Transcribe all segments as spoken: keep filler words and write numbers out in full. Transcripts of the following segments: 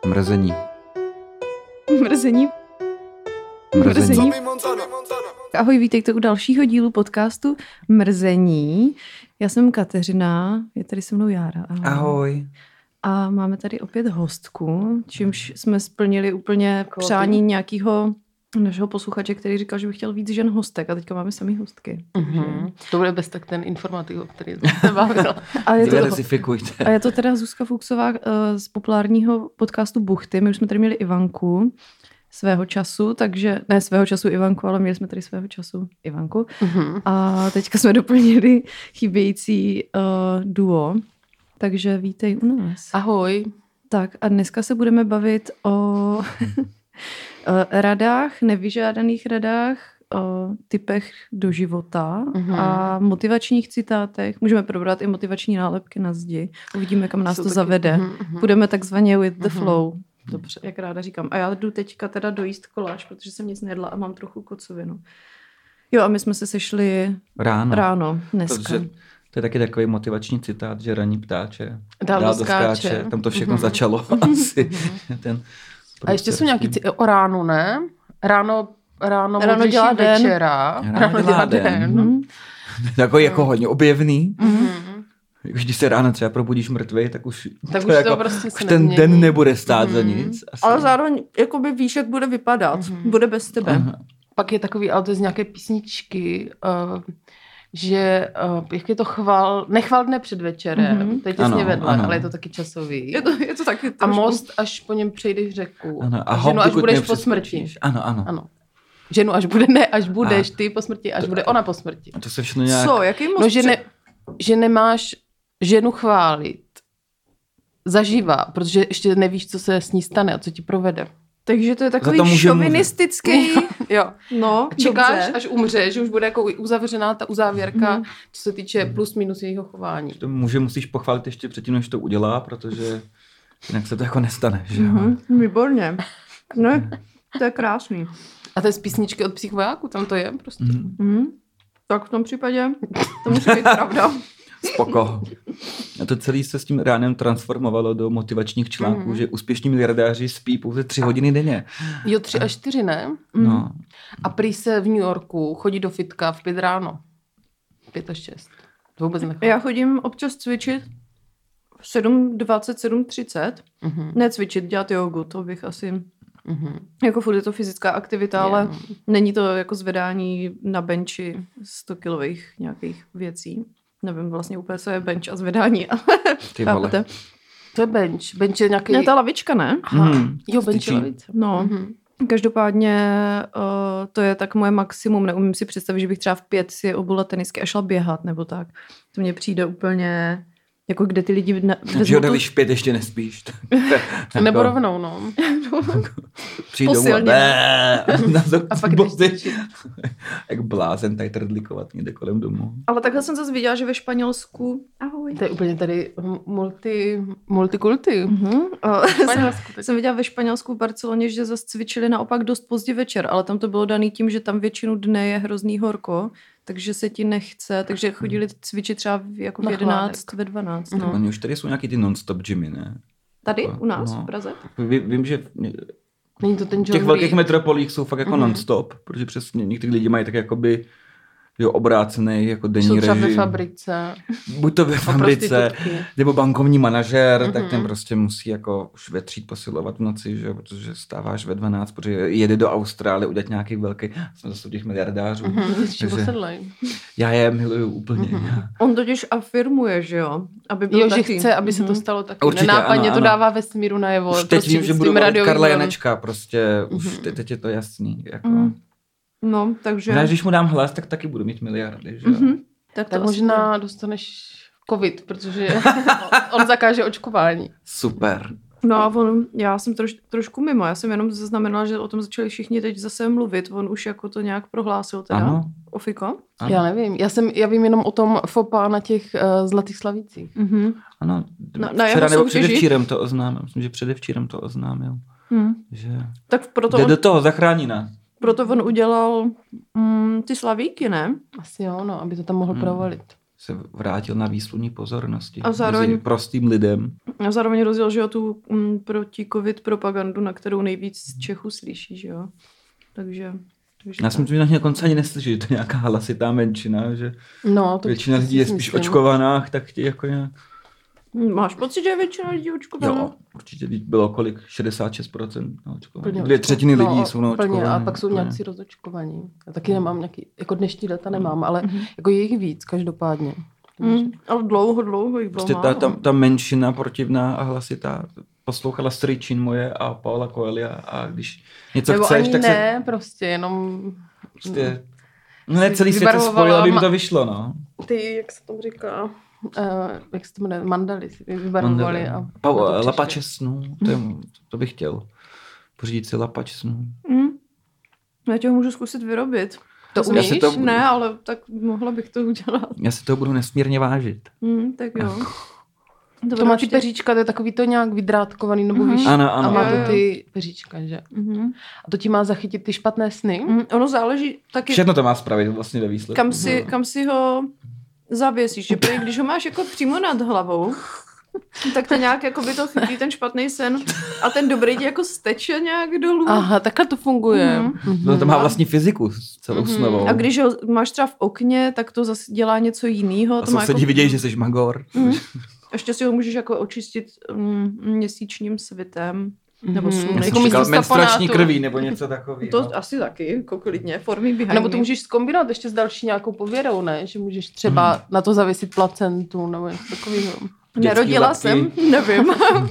Mrzení. Mrzení. Mrzení. Ahoj, vítejte u dalšího dílu podcastu Mrzení. Já jsem Kateřina, je tady se mnou Jára. Ahoj. Ahoj. A máme tady opět hostku, čímž jsme splnili úplně přání nějakého našeho posluchače, který říkal, že by chtěl víc žen hostek a teďka máme samý hostky. Mm-hmm. To bude bez tak ten informativ, který se bavil. A je, to, a je to teda Zuzka Fuchsová z populárního podcastu Buchty. My už jsme tady měli Ivanku svého času, takže ne svého času Ivanku, ale měli jsme tady svého času Ivanku. Mm-hmm. A teďka jsme doplnili chybějící uh, duo. Takže vítej u nás. Ahoj. Tak a dneska se budeme bavit o radách, nevyžádaných radách, o typech do života mm-hmm. a motivačních citátech. Můžeme probrat i motivační nálepky na zdi. Uvidíme, kam nás Jsou to taky... zavede. Mm-hmm. Budeme takzvaně with the mm-hmm. flow. Dobře, jak ráda říkám. A já jdu teďka teda dojíst koláč, protože jsem nic nejedla a mám trochu kocovinu. Jo, a my jsme se sešli ráno, ráno dneska. Protože to je taky takový motivační citát, že raní ptáče dál, dál do skáče. skáče. Tam to všechno mm-hmm. začalo asi. Ten a ještě jsou nějaký c- o ránu, ne? Ráno, ráno, ráno dělá den. Večera. Ráno, ráno dělá den. den. Mm-hmm. Takový jako hodně objevný. Mm-hmm. Když se ráno třeba probudíš mrtvej, tak už, tak to už, jako, to prostě už ten den nebude stát mm-hmm. za nic. Asi. Ale zároveň jakoby víš, jak bude vypadat. Mm-hmm. Bude bez tebe. Aha. Pak je takový, ale to je z nějaké písničky, uh, že uh, jak je to chval, nechval dne před večerem, mm-hmm. to je těsně vedle, ano. Ale je to taky časový. Je to, je to taky a most, až po něm přejdeš řeku. Ano. A, a ženu, až budeš po smrti. Ano, ano. ano. Ženu, až bude, ne, až budeš a ty po smrti, až to, bude ona po smrti. A to se všechno nějak... Co, jaký most? No, že, ne, že nemáš ženu chválit zaživa, protože ještě nevíš, co se s ní stane a co ti provede. Takže to je takový šovinistický. Jo. No, čekáš, dobře. až umře, že už bude jako uzavřená ta uzávěrka, mm. co se týče plus minus jejího chování. To muže musíš pochválit ještě předtím, než to udělá, protože jinak se to jako nestane. Že? Mm-hmm. Výborně. No, to je krásný. A to je z písničky od Psích vojáků, tam to je prostě. Mm. Mm. Tak v tom případě to musí být pravda. Spoko. A to celé se s tím ránem transformovalo do motivačních článků, mm. že úspěšní miliardáři spí pouze tři hodiny denně. Jo, tři až čtyři, ne? No. A prý se v New Yorku chodí do fitka v pět ráno. Pět až šest. To vůbec nechápu. Já chodím občas cvičit v sedm dvacet, sedm třicet. Mm-hmm. Ne cvičit, dělat jogu, to bych asi... Mm-hmm. Jako furt je to fyzická aktivita, yeah. ale není to jako zvedání na benči sto kilových nějakých věcí. Nevím vlastně úplně, co je bench a zvedání, ale chápete. To je bench. Bench je nějaký... Ne, ta lavička, ne? Mm. Jo, bench je lavice. No, mm-hmm. Každopádně uh, to je tak moje maximum. Neumím si představit, že bych třeba v pět si obula tenisky a šla běhat, nebo tak. To mně přijde úplně... Jako kde ty lidi... Na, že jo, když v pět ještě nespíš. Nebo rovnou, no. Přijdu domů a, a pak jdeš jak blázen tady trdlikovat někde kolem domu. Ale takhle jsem zase viděla, že ve Španělsku... Ahoj. To je úplně tady multi, multikulty. Uh-huh. jsem, jsem viděla ve Španělsku v Barceloně, že zase cvičili naopak dost pozdě večer, ale tam to bylo daný tím, že tam většinu dne je hrozný horko, takže se ti nechce, takže chodili cvičit třeba jako v jedenáct, ve dvanáct. No. Oni už tady jsou nějaký ty non-stop gymy, ne? Tady? U nás? No. V Praze? Ví, vím, že není to ten v těch velkých metropolích jsou fakt jako mm-hmm. non-stop, protože přesně někteří lidi mají tak jakoby jo, obrácený jako denní režim. Jsou třeba ve fabrice. Buď to ve fabrice, nebo bankovní manažér, mm-hmm. tak ten prostě musí jako už ve tří posilovat v noci, že? Protože stáváš ve dvanáct, protože jede do Austrálie udělat nějaký velký, jsme zase těch miliardářů. Mm-hmm. Já je miluju úplně. Mm-hmm. On totiž afirmuje, že jo? Aby byl jo, taky. že chce, aby mm-hmm. se to stalo taky. Určitě, nenápadně ano, to ano. dává vesmíru najevo. Už teď vím, že budu volit Karla Janečka, prostě mm-hmm. už teď, teď je to jasný. Jako. Mm. No, takže... Možná, když mu dám hlas, tak taky budu mít miliardy, že jo? Mm-hmm. Tak, tak možná bude. Dostaneš covid, protože on zakáže očkování. Super. No a on, já jsem troš, trošku mimo, já jsem jenom zaznamenala, že o tom začali všichni teď zase mluvit, on už jako to nějak prohlásil teda. Ano. Ofiko? Ano. Já nevím, já, jsem, já vím jenom o tom fopa na těch uh, zlatých slavících. Mm-hmm. Ano, na, na včera nebo předevčírem to oznámil, myslím, že předevčírem to oznámil. Hmm. Že tak proto jde on, do toho, zachrání nás. Proto on udělal mm, ty slavíky, ne? Asi jo, no, aby to tam mohl hmm. provalit. Se vrátil na výsluní pozornosti a zároveň, mezi prostým lidem. A zároveň rozjel, že jo, tu m, proti covid propagandu, na kterou nejvíc z Čechů slyší, že jo. Takže... takže já jsem to na konce ani neslyšel, že to je nějaká hlasitá menšina, že no, to většina lidí je spíš myslím. očkovaná, tak chtějí jako nějak... Máš pocit, že je většina lidí očkovaná? Jo, určitě bylo kolik? šedesát šest procent na očkování. Dvě třetiny lidí no, jsou na očkování. A pak jsou nějací rozočkovaní. Já taky nemám nějaký, jako dnešní data nemám, ale mm-hmm. jako je jich víc každopádně. Mm, ale dlouho, dlouho jich bylo prostě ta, ta, ta menšina protivná a hlasitá poslouchala Stryčin moje a Paula Coelia a když něco nebo chceš, ani tak ne, se... prostě jenom... Prostě... No ne, celý svět se spojil, aby mi to vyšlo, no. Ty, jak se tomu říká... Uh, jak se to jmenuje? Mandali si vybarvovali. A, a lapače snů, to, je, to bych chtěl. Pořídit si lapač snů. Mm. Já tě ho můžu zkusit vyrobit. To umíš? To budu... Ne, ale tak mohla bych to udělat. Já si toho budu nesmírně vážit. Mm, tak jo. To, to má ty peříčka, to je takový to nějak vydrátkovaný, nebo víš? Mm-hmm. Ano, ano. A má to ty peříčka, že? Mm-hmm. A to ti má zachytit ty špatné sny? Mm, ono záleží taky... Všechno to má spravit vlastně ve výsledku. Kam si, kam si ho... zavěsíš, že prý, když ho máš jako přímo nad hlavou, tak to nějak jako by to chytí ten špatný sen a ten dobrý ti jako steče nějak dolů. Aha, takhle to funguje. Mm-hmm. No to má vlastní fyziku celou mm-hmm. snovou. A když ho máš třeba v okně, tak to zase dělá něco jiného. A sousedí jako... vidějí, že jsi magor. Mm. Ještě si ho můžeš jako očistit mm, měsíčním svitem. Nebo slunečním. Jako menstruační krví nebo něco takového. To asi taky, jako klidně, formy behind. Nebo to můžeš zkombinovat ještě s další nějakou pověrou, ne? Že můžeš třeba hmm. na to zavěsit placentu nebo něco takového. Nerodila jsem, nevím.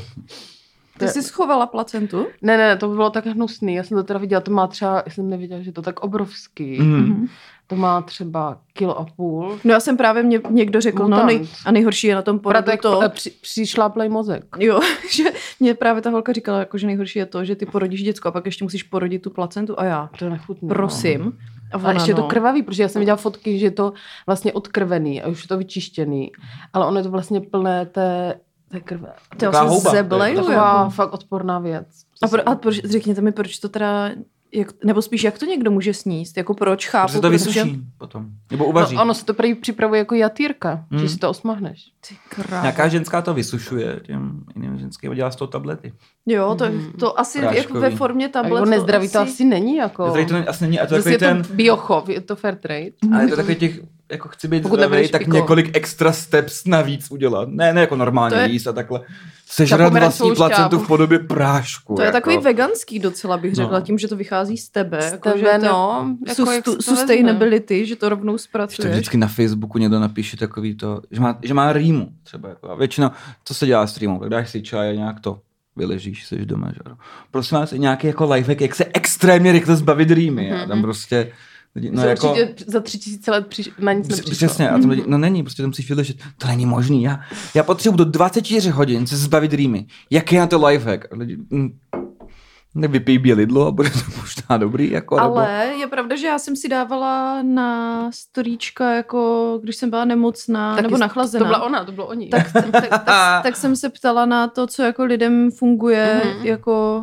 Ty jsi schovala placentu? Ne, ne, to by bylo tak hnusný. Já jsem to teda viděla, to má třeba, já jsem neviděla, že to tak obrovský. Mm. To má třeba kilo a půl. No já jsem právě, mě někdo řekl, Mutant. no nej, a nejhorší je na tom porodu to... Při, přišláplej mozek. Jo, že mě právě ta holka říkala, jako, že nejhorší je to, že ty porodíš děcko a pak ještě musíš porodit tu placentu a já. To je nechutný. Prosím. A, ona, a ještě no. je to krvavý, protože já jsem viděla fotky, že je to vlastně odkrvený a už je to vyčištěný. Ale ono je to vlastně plné té... To je krve. To je vlastně zeblej. Taková jako. Fakt odporná věc. A, pro, a proč, řekněte mi, proč to teda, jak, nebo spíš jak to někdo může sníst? Jako proč chápu? Protože to vysuší protože... potom. Nebo uvaří. No, ono se to prý připravuje jako jatýrka, hmm. že si to osmahneš. Ty krávo. Nějaká ženská to vysušuje, těm jiným ženským dělá z toho tablety. Jo, to, to asi jako ve formě tablet. A nezdravý to asi... to asi není. Jako... Nezdravý to asi není. A to takový je ten... to biochov, je to fair trade. Ale je to takový těch... jako chci být zdravý, tak několik extra steps navíc udělat. Ne, ne jako normálně je... jíst a takhle. Sežrat vlastní placentu v podobě prášku. To je jako. Takový veganský docela, bych řekla, no. Tím, že to vychází z tebe. Z jako, tebe, že no. Jako sustu, sustainability, že to rovnou zpracuješ. To vždycky na Facebooku někdo napíše takový to, že má, že má rýmu třeba. Jako. A většinou, co se dělá s rýmou? Tak dáš si čaj a nějak to vyležíš, jsi doma. Že? Prosím vás, nějaký jako lifehack, jak se extrémně rychle zbavit rýmy. Mm-hmm. A tam prostě... No jako, za tři tisíce let přiš, na nic nepřišlo. Přesně, a tam lidi, no není, prostě tam musíš vyležet, to není možný, já, já potřebuji do dvacet čtyři hodin se zbavit rýmy. Jaký je na to lifehack? Lidi, hm, nevypij bělidlo a bude to možná dobrý. Jako, ale nebo... je pravda, že já jsem si dávala na storíčka, jako když jsem byla nemocná tak nebo nachlazená. To byla ona, to bylo oni. Tak, tak, tak, tak, tak jsem se ptala na to, co jako lidem funguje, mm-hmm. jako...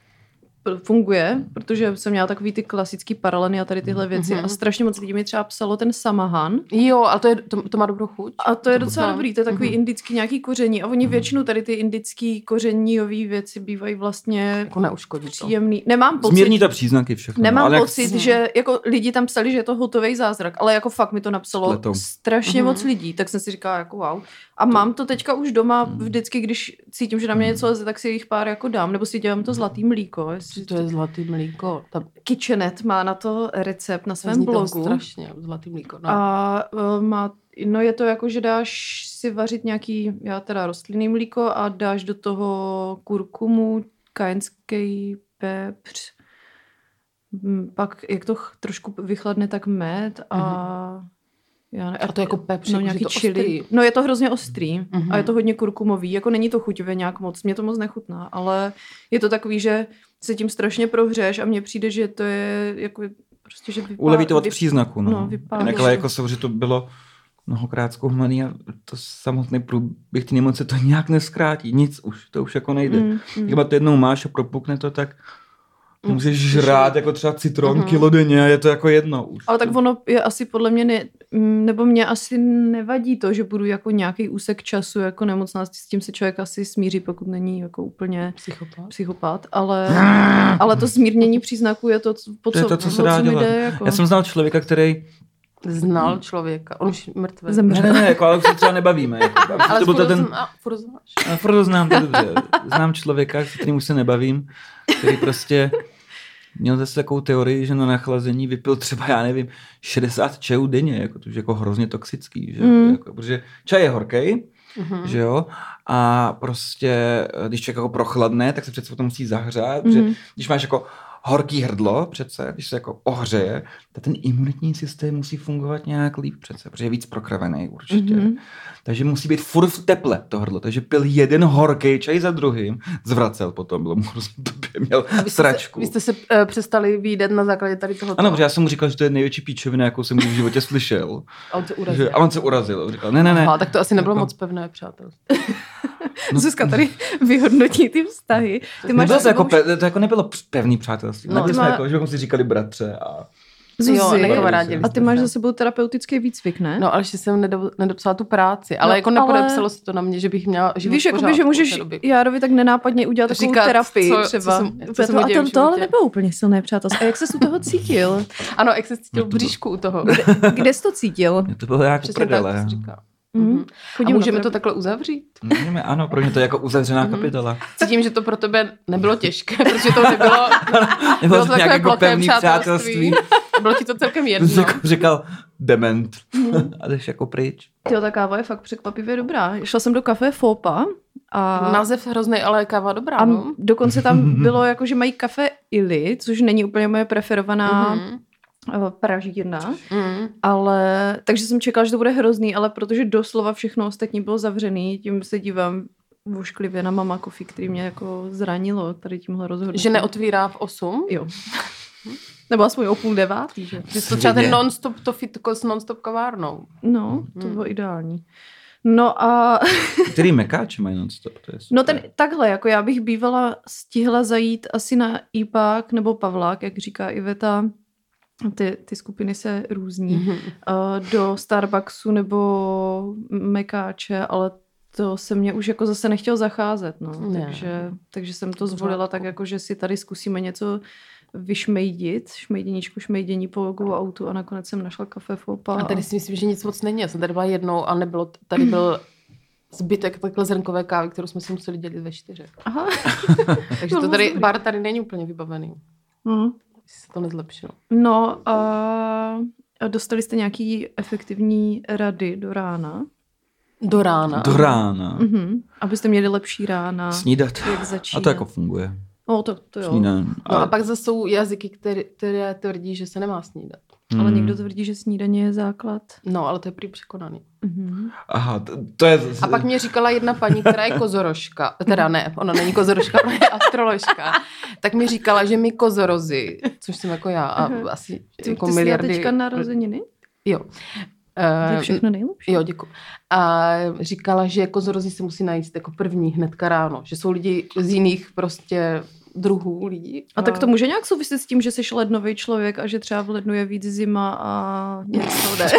funguje, protože jsem měla takový ty klasický paraleny a tady tyhle věci mm-hmm. a strašně moc lidí mi třeba psalo ten samahan. Jo, a to, je, to, to má dobrou chuť. A to je docela dobrý, to je takový mm-hmm. indický nějaký koření a oni většinou tady ty indický kořeníový věci bývají vlastně jako neuškodí příjemný. Nemám pocit. Zmírní to příznaky všechno. Nemám ale pocit, jak... že jako lidi tam psali, že je to hotový zázrak, ale jako fakt mi to napsalo Letou. strašně mm-hmm. moc lidí, tak jsem si říkala jako wow. A to... mám to teďka už doma vždycky, když cítím, že na mě něco leze, tak si jich pár jako dám, nebo si dělám to zlatý mlíko. To je zlatý mlíko. Ta... Kitchenet má na to recept na svém blogu. Strašně, zlatý mlíko. No. A uh, má, no je to jako, že dáš si vařit nějaký, já teda rostlinný mlíko a dáš do toho kurkumu, kajenský pepř, pak jak to trošku vychladne, tak med a... Mm-hmm. Já ne, a to jako pepř, no, jako nějaký to chili. Ostrý. No je to hrozně ostrý mm-hmm. a je to hodně kurkumový. Jako není to chuťové nějak moc, mě to moc nechutná, ale je to takový, že se tím strašně prohřeš a mně přijde, že to je jako prostě, že vypá... Uleví to od příznaku, no. no Jinak, ale jako se, že to bylo mnohokrát zkoumaný a to samotný průběh ty nemoci to nějak neskrátí, nic už, to už jako nejde. Mm, mm. Kdyby to jednou máš a propukne to, tak Musíš žrát jako třeba citron uh-huh. kilo denně a je to jako jedno už. Ale tak ono je asi podle mě, ne, nebo mě asi nevadí to, že budu jako nějaký úsek času jako nemocná, s tím se člověk asi smíří, pokud není jako úplně psychopat, psychopat ale, ale to zmírnění příznaků je to, po co, to, je to co se po, dá co dělat. Jde, jako. Já jsem znal člověka, který Znal člověka, on už mrtvý. Zemře. Ne, ne, ne, jako, ale už se třeba nebavíme. Jako, ale to furt ten... znáš. Furt znáš. Furt znám, to dobře. Znám člověka, s kterým už se nebavím, který prostě měl zase takovou teorii, že na nachlazení vypil třeba, já nevím, šedesát čajů denně, jako, to je jako hrozně toxický, že? Mm. Jako, protože čaj je horkej, mm-hmm. že jo, a prostě, když člověk jako prochladne, tak se přece to musí zahřát, mm. protože když máš jako horký hrdlo přece, když se jako ohřeje, tak ten imunitní systém musí fungovat nějak líp přece, protože je víc prokrvený určitě. Mm-hmm. Takže musí být furt v teple to hrdlo. Takže pil jeden horký čaj za druhým, zvracel potom, bylo mu hrozně době, měl vy sračku. Se, vy jste se uh, přestali výdat na základě tady tohoto. Ano, protože já jsem mu říkal, že to je největší píčovina, jakou jsem v životě slyšel. A on se urazil. Že, a on se urazil. Říkal, ne, ne, ne. Aha, tak to asi nebylo jako... moc pevné, přátel. No, Zuzka tady vyhodnotí ty vztahy. Ty máš to, jako pe, to jako nebylo pevný přátelství. No, Nebyli jsme má... jako, že bychom si říkali bratře a... Zuzi, jo, a ty máš za sebou terapeutický výcvik, ne? No, ale ještě jsem nedo, nedopsala tu práci, ale no, jako nepodepsalo ale... se to na mě, že bych měla život. Víš, jakoby, že můžeš Járovi tak nenápadně udělat takovou říkat, terapii co, třeba. Co jsem, co jsem a to, to ale nebylo úplně silné přátelství. A jak ses u toho cítil? Ano, jak se cítil v bříšku u toho. Kde, kde jsi to cítil? Mě to bylo jako prdele. Mm-hmm. A můžeme to takhle uzavřít? Můžeme, ano, pro mě to je jako uzavřená mm-hmm. kapitola. Cítím, že to pro tebe nebylo těžké, protože to nebylo, bylo to takové jako pevný přátelství. Bylo ti to celkem jedno. Jsi jako říkal dement mm. a jdeš jako pryč. Jo, ta káva je fakt překvapivě dobrá. Šla jsem do kafe Fópa. A... Název hrozný, ale káva dobrá. A no? dokonce tam bylo jako, že mají kafe Ili, což není úplně moje preferovaná mm-hmm. pražírna, mm. ale takže jsem čekala, že to bude hrozný, ale protože doslova všechno ostatní bylo zavřený, tím se dívám vošklivě na Mama Coffee, který mě jako zranilo tady tímhle rozhodnutím. Že neotvírá v osm? Jo. Nebo aspoň o půl devátý, že? Že to třeba ten non-stop, to fitko s non-stop kavárnou. No, to bylo hmm. ideální. No a... Který mekáče mají non-stop? To je no ten, takhle, jako já bych bývala stihla zajít asi na Ipák nebo Pavlák, jak říká Iveta, ty, ty skupiny se různí, mm-hmm. uh, do Starbucksu nebo mekáče, ale to se mě už jako zase nechtěl zacházet, no. Ne. Takže, takže jsem to zvolila tak, jako že si tady zkusíme něco vyšmejdit, šmejděníčku, šmejdění po logu autu a nakonec jsem našla kafe Fópa. A tady si myslím, že nic moc není. Já jsem tady byla jednou a nebylo, tady byl zbytek takhle zrnkové kávy, kterou jsme si museli dělit ve čtyřech. Aha. Takže to tady, bar tady není úplně vybavený. Mm. Se to nezlepšilo. No a dostali jste nějaký efektivní rady do rána? Do rána. Do rána. Mhm. Abyste měli lepší rána. Snídat. Jak začínat. A to jako funguje. No to, to jo. Snídan. No a pak zase jsou jazyky, které, které tvrdí, že se nemá snídat. Hmm. Ale někdo tvrdí, že snídaně je základ. No, ale to je prý překonaný. Mm-hmm. Aha, to, to je... A pak mě říkala jedna paní, která je kozorožka, teda ne, ona není kozorožka, ona je astroložka, tak mi říkala, že my kozorozy, což jsem jako já a uh-huh. asi ty, jako ty miliardy... Ty jsi teďka narozeniny? Jo. To je všechno nejlepší. Jo, děkuji. A říkala, že kozorozy se musí najíst jako první hnedka ráno, že jsou lidi z jiných prostě druhů lidí. A, a tak to může nějak souviset s tím, že jsi lednový člověk a že třeba v lednu je víc zima a něco jde.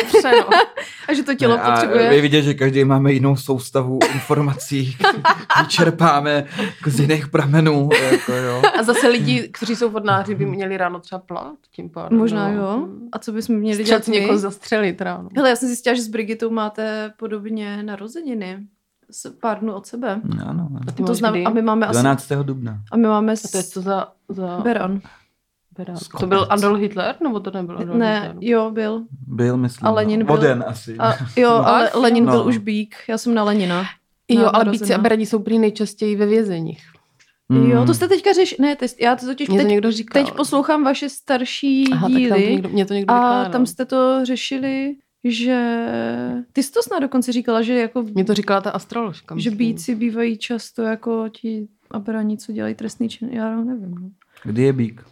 A že to tělo ne, potřebuje. A je vidět, že každý máme jinou soustavu informací, čerpáme jako z jiných pramenů. Jako, jo. A zase lidi, kteří jsou vodnáři, by měli ráno třeba plavat tím pádem. Možná no. Jo. A co bychom měli dělat my? Někoho zastřelit ráno. Hele, já jsem zjistila, že s Brigitou máte podobně narozeniny. Pár dnů od sebe. Ano, ano. A, to znam, a my máme dvanáctého dubna. A my máme... A to je co za... za... Beran. Beran. To byl Adolf Hitler? Nebo to nebyl Adolf ne, Hitler? jo, byl. Byl, myslím. A Lenin byl... Oden asi. A, jo, no. ale Lenin no. byl už bík. Já jsem na Lenina. Jo, na, ale bíci a berani jsou prý nejčastěji ve vězeních. Mm. Jo, to jste teďka řeš... Ne, te, já to totiž teď, to teď poslouchám vaše starší Aha, díly. Tak tam někdo, mě to někdo a vykládal. Tam jste to řešili... že ty jsi to snad dokonce říkala, že jako... Mě to říkala ta astroložka. Že bíci bývají často jako ti aberani, co dělají trestný čin. Já nevím. No. Kdy je bík?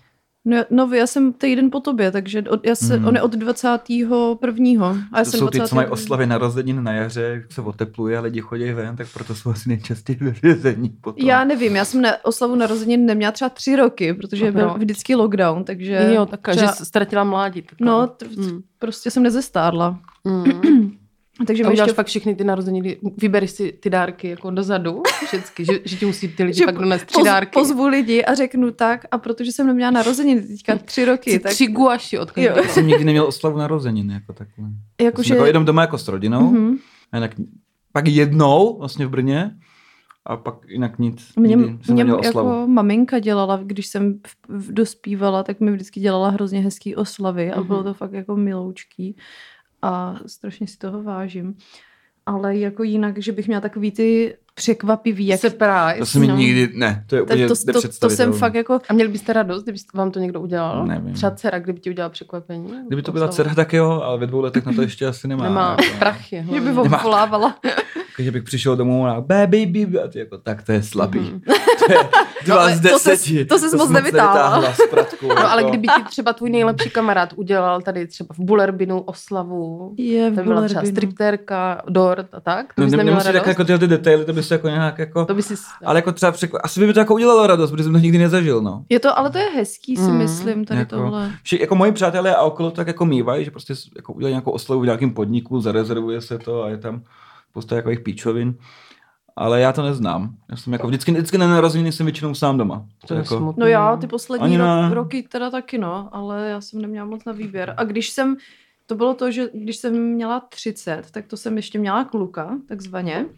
No, no, já jsem týden po tobě, takže od, já se, mm. on je od dvacátého prvního. A já to jsem jsou ty, co mají oslavy narozenin na jaře, se otepluje a lidi chodí ven, tak proto jsou asi nejčastěji ve vězení potom. Já nevím, já jsem na oslavu narozenin neměla třeba tři roky, protože byl vždycky lockdown, takže... Jo, tak třeba... že ztratila mládí. Takhle. No, t- mm. prostě jsem nezestárla. Mm. Takže a uděláš ještě... pak všechny ty narozeniny, vybereš si ty dárky jako dozadu, všechny, že, že ti musí ty lidi pak donést tři dárky. Pozvu lidi a řeknu tak, a protože jsem neměla narozeniny teďka tři roky. Tak... Tři guaši od každého. Já jsem nikdy neměl oslavu narozenin jako takhle. Jako, že... jako jenom doma jako s rodinou, mm-hmm. a jinak pak jednou vlastně v Brně a pak jinak nic. Mě, mě jako maminka dělala, když jsem dospívala, tak mi vždycky dělala hrozně hezký oslavy a mm-hmm. bylo to fakt jako miloučký. A strašně si toho vážím. Ale jako jinak, že bych měla takový ty překvapivý. Jak... Surprise. To jsem mi no. nikdy, ne, to je úplně to, to, to, to jsem fakt jako... A měli byste radost, kdyby vám to někdo udělal? Nevím. Třeba dcera, kdyby ti udělala překvapení? Kdyby to byla dcera, tak jo, ale ve dvou letech na to ještě asi nemá. Nemá jako, prachy. Že by volávala. Takže bych přišel domů a baby, baby, a ty jako, tak to je slabý. Mm-hmm. To je dva no, z deseti. To ses moc nevytáhla. No ale kdyby ti třeba tvůj nejlepší kamarád udělal tady třeba v Bullerbinu oslavu, je to byla třeba striptérka, dort a tak, to bys no, neměla radost? Jako tyhle ty detaily, to bys jako nějak jako... To by si... Ale jako třeba překvap... Asi by mi to jako udělalo radost, protože jsem to nikdy nezažil, no. Je to, ale to je hezký, si mm. myslím, tady jako, tohle. Vši, jako moji přátelé a okolo tak jako mývají, že prostě jako udělají nějakou oslavu v nějakém podniku, zarezervuje se to a je tam spousta takových píčovin. Ale já to neznám. Já jsem jako vždycky, vždycky na narozeniny jsem většinou sám doma. To je jako... No já ty poslední na... roky teda taky, no, ale já jsem neměla moc na výběr. A když jsem, to bylo to, že když jsem měla třicet, tak to jsem ještě měla kluka, takzvaně.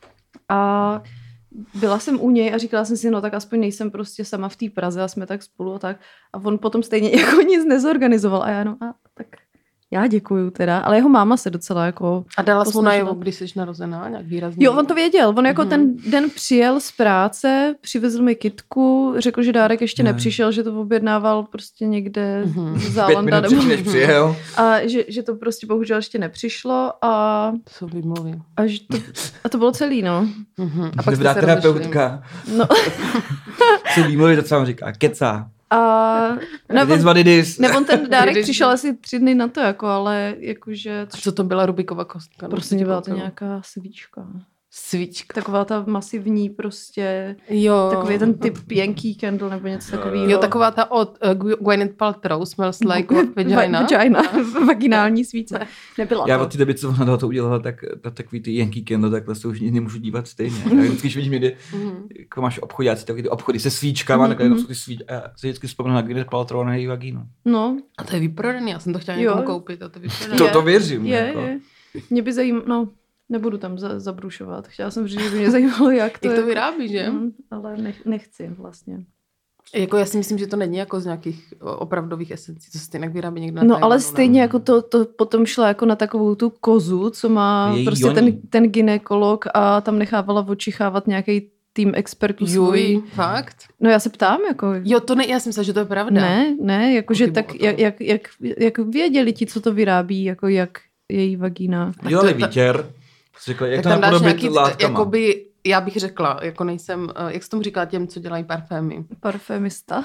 A byla jsem u něj a říkala jsem si, no tak aspoň nejsem prostě sama v té Praze a jsme tak spolu a tak. A on potom stejně jako nic nezorganizoval. A já no, a tak... Já děkuju teda, ale jeho máma se docela jako... A dala jsi mu najevo, když jsi narozená, nějak výrazně? Jo, on to věděl. On jako mm-hmm. ten den přijel z práce, přivezl mi kytku, řekl, že dárek ještě ne. nepřišel, že to objednával prostě někde mm-hmm. z Zálanda. Pět minut než přijel. A že, že to prostě bohužel ještě nepřišlo a... To jsou výmluvy. A, to, a to bylo celý, no. Mm-hmm. A pak jste se terapeutka. No. Co výmluvy, to co vám říká, kecá. A nebo, nebo ten dárek přišel asi tři dny na to, jako, ale jakože... A co to byla Rubikova kostka? Prostě byla to nějaká svíčka. Svíčka. Taková ta masivní prostě, jo. Takový ten typ Yankee Candle nebo něco takového. Jo, taková ta od uh, Gwyneth Paltrow, Smells Like Vagina. Vagina, vaginální svíce. Nebyla Já to. od té doby, co ona to udělala, tak, tak takový ty Yankee Candle, takhle se už nemůžu dívat stejně. Já vždycky, když vidím, někdy, jako máš obchodáci, takový ty obchody se svíčkama, mm-hmm. takhle jsou ty svíč, a já se vždycky vzpomínám na Gwyneth Paltrow na její vagínu. No. A to je vyprodaný, já jsem to chtěla někomu koupit a to je vyprodaný. To, to věřím. Je, jako. je. Mě by zajímalo, no. Nebudu tam za, zabrušovat. Chtěla jsem říct, že by mě zajímalo, jak to, jak to jako, vyrábí, že? Mm, ale nech, nechci vlastně. Jako já si myslím, že to není jako z nějakých opravdových esencí, co se stejně vyrábí někdo na No tajmanu, ale stejně ne? Jako to, to potom šlo jako na takovou tu kozu, co má Její prostě ten, ten gynekolog a tam nechávala očichávat nějaký tým expertů svůj. Fakt? No já se ptám, jako... Jo, to ne, já si myslím, že to je pravda. Ne, ne, jakože tak, jak, jak, jak, jak věděli ti, co to vyrábí, jako jak její vagína. Dělali výtěr. Řekli, jak tak to napodobit látkama. Jakoby, já bych řekla, jako nejsem, jak se tomu říká těm, co dělají parfémy? Parfémista.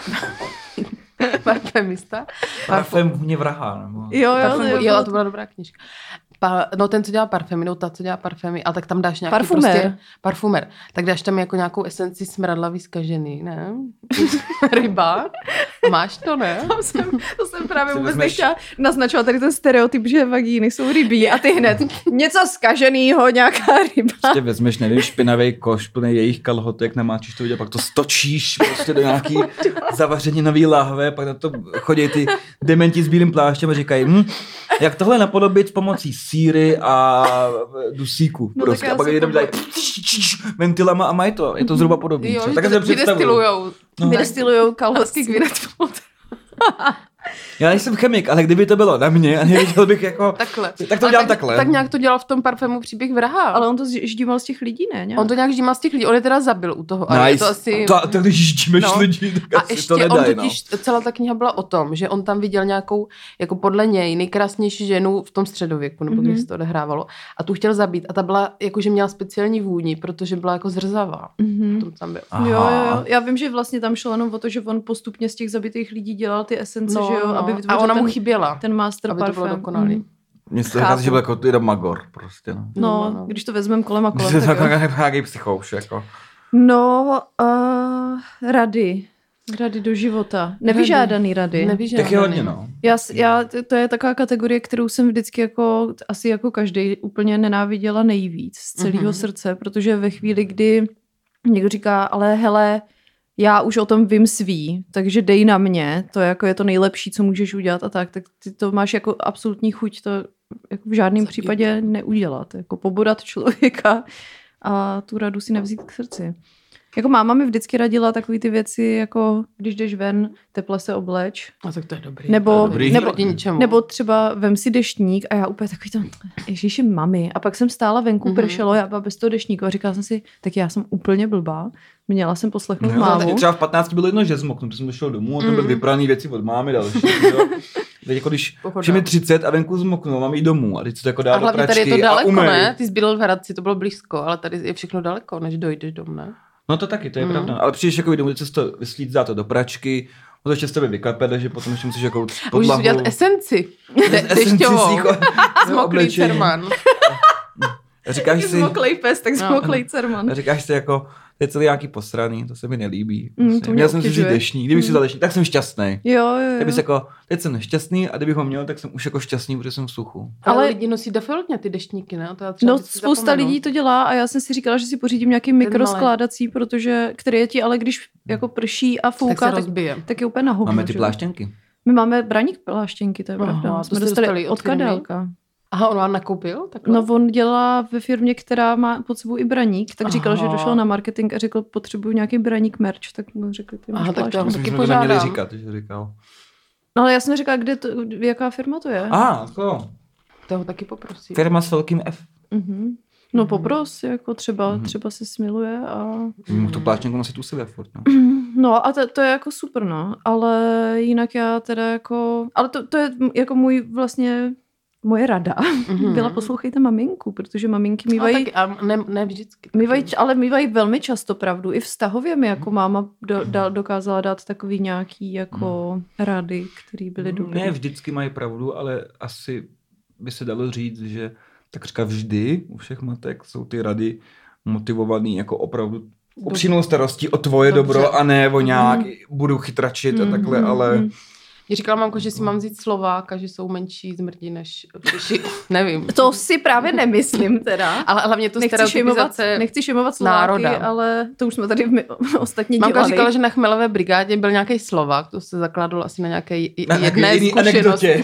Parfémista. Parfém vůně vraha. Nebo... Jo, jo, Parfém, jo, jo, to byla dobrá knížka. Pa, no ten, co dělá parfémy, no ta, co dělá parfémy, a tak tam dáš nějaký parfumer. prostě... Parfumer. Tak dáš tam jako nějakou esenci smradlavý zkažený, ne? Ryba. Máš to, ne? To jsem, to jsem právě vůbec vezmeš... nechtěla naznačovat tady ten stereotyp, že vagíny jsou rybí a ty hned něco zkaženýho, nějaká ryba. Prostě vezmeš, nevím, špinavý koš plný jejich kalhotek, namáčíš to, pak to stočíš prostě do nějaký zavařeninový láhve, pak na to chodí ty dementi s bílým pláštěm a říkají, hm, jak tohle napodobit s pomocí síry a dusíku. No, prostě. A pak jenom dělají ventilama a mají to. Je to zhruba podobné. Jo, tak se vydestilujou. No. Vydestilujou kalhotky Gwyneth Paltrow. Já nejsem chemik, ale kdyby to bylo na mě a nevěděl bych jako... Takhle. Tak to dělám tak, takhle. Tak nějak to dělal v tom parfému Příběh vraha. Ale on to ždímal z těch lidí, ne? Nějak? On to nějak ždímal z těch lidí. On je teda zabil u toho. Nice. Ale je to asi... To, to když ždímeš no. lidi, tak a asi ještě to nedaj, on totiž, no. celá ta kniha byla o tom, že on tam viděl nějakou, jako podle něj, nejkrásnější ženu v tom středověku, nebo mm-hmm. když se to odehrávalo. A tu chtěl zabít. A ta byla, jakože měla speciální vůni, protože byla jako zrzavá. Mm-hmm. tom tam byl. Jo, jo, jo. Já vím, že vlastně tam šlo jenom o to, že on postupně z těch zabitých lidí dělal ty esence, no, že jo, no. aby vytvořil a ona ten, mu chyběla, ten master aby parfém. to bylo dokonalý. Mm. Mně se to říká, že byl jako jeden magor prostě. No, no, no. Když to vezmeme kolem a kolem. Že to jako nějaký psychouš, jako. No, uh, rady. Rady do života. Nevyžádaný rady. Nevyžádaný. Tak je hodně, no. Já, já, to je taková kategorie, kterou jsem vždycky jako, asi jako každý úplně nenáviděla nejvíc z celého mm-hmm. srdce, protože ve chvíli, kdy někdo říká, ale hele, já už o tom vím svý, takže dej na mě, to je, jako je to nejlepší, co můžeš udělat a tak, tak ty to máš jako absolutní chuť to jako v žádném případě neudělat. Jako pobodat člověka a tu radu si nevzít k srdci. Jako máma mi vždycky radila takové ty věci, jako když jdeš ven, teple se obleč. A tak to je dobrý. Nebo, to je dobrý. nebo, nebo, nebo třeba vem si deštník a já úplně takový to, ježiši mami. A pak jsem stála venku, mm-hmm. pršelo, já byla bez toho deštníku a říkala jsem si, tak já jsem úplně blbá. Měla jsem poslechnout no, mámu. Třeba v patnácti bylo jedno, že zmoknu, protože jsem došel domů a to byly vypraný věci od mámy další. Teď jako když už mi třicet a venku zmoknu, mám jít domů a teď se to jako dá do pračky a umej. A hlavně tady je to daleko, ne? Ty jsi bydlel v Hradci, to bylo blízko, ale tady je všechno daleko, než dojdeš domů, ne? No to taky, to je mm. pravda. Ale přijdeš jako domů, se to vyslít, dá to do pračky, to ještě z tebe vyklepe, že potom ještě musíš jako podlahu. Můžeš udělat esenci. Dešťovou. Zmoklý cerman. Říkáš si... Zmoklej pes, tak zmoklej cerman. A říkáš si jako, to je celý nějaký posraný, to se mi nelíbí. Mm, to měl jsem si vzít deštník, kdybych mm. si vzal deštník, tak jsem šťastný. Jo, jo, jo. Kdybych jako, teď jsem nešťastný a kdybych ho měl, tak jsem už jako šťastný, protože jsem v suchu. Ale, ale lidi nosí defaultně ty deštníky, ne? To no spousta zapomenu. lidí to dělá a já jsem si říkala, že si pořídím nějaký mikroskládací, protože, který je ti, ale když jako prší a fouká, tak, tak, tak je úplně na hovno. Máme ty pláštěnky. My máme braník pláštěnky, to je pravda. Aha, jsme dostali od Kadélka. Aha, on vám nakoupil? Takhle? No on dělá ve firmě, která má pod sebou i braník, tak říkal, Aha. že došel na marketing a řekl, potřebuji nějaký braník merch, tak mu řekli, ty máš Aha, tak to já taky požádám. Neměli říkat, že říkal. No ale já jsem říkala, kde to, jaká firma to je. Aha, to. To ho taky poprosí. Firma s velkým F. Uh-huh. No popros, jako třeba, uh-huh. třeba se smiluje a... Můžu tu pláštěnku nosit u sebe furt, no. No a to, to je jako super, no, ale jinak já teda jako... Ale to, to je jako můj vlastně... Moje rada mm-hmm. byla poslouchejte maminku, protože maminky mývají... A, tak, a ne, ne vždycky. Mývají, ale mývají velmi často pravdu. I vztahově mi jako máma do, da, dokázala dát takový nějaký jako mm. rady, které byly dobré. Ne vždycky mají pravdu, ale asi by se dalo říct, že takřka vždy u všech matek jsou ty rady motivovaný jako opravdu upřímnou starostí o tvoje Dobře. dobro a ne o nějak mm. budu chytračit mm. a takhle, ale... Mm. Mě říkala mamko, že si mám vzít Slováka, že jsou menší zmrdí než Češi. Nevím. To si právě nemyslím teda. Ale hlavně tu stereotypizace nechci šimovat Slováky, národa. Ale to už jsme tady my, ostatně mamka dělali. Mamka říkala, že na Chmelové brigádě byl nějaký Slovák, to se zakládalo asi na nějaké jedné zkušenosti.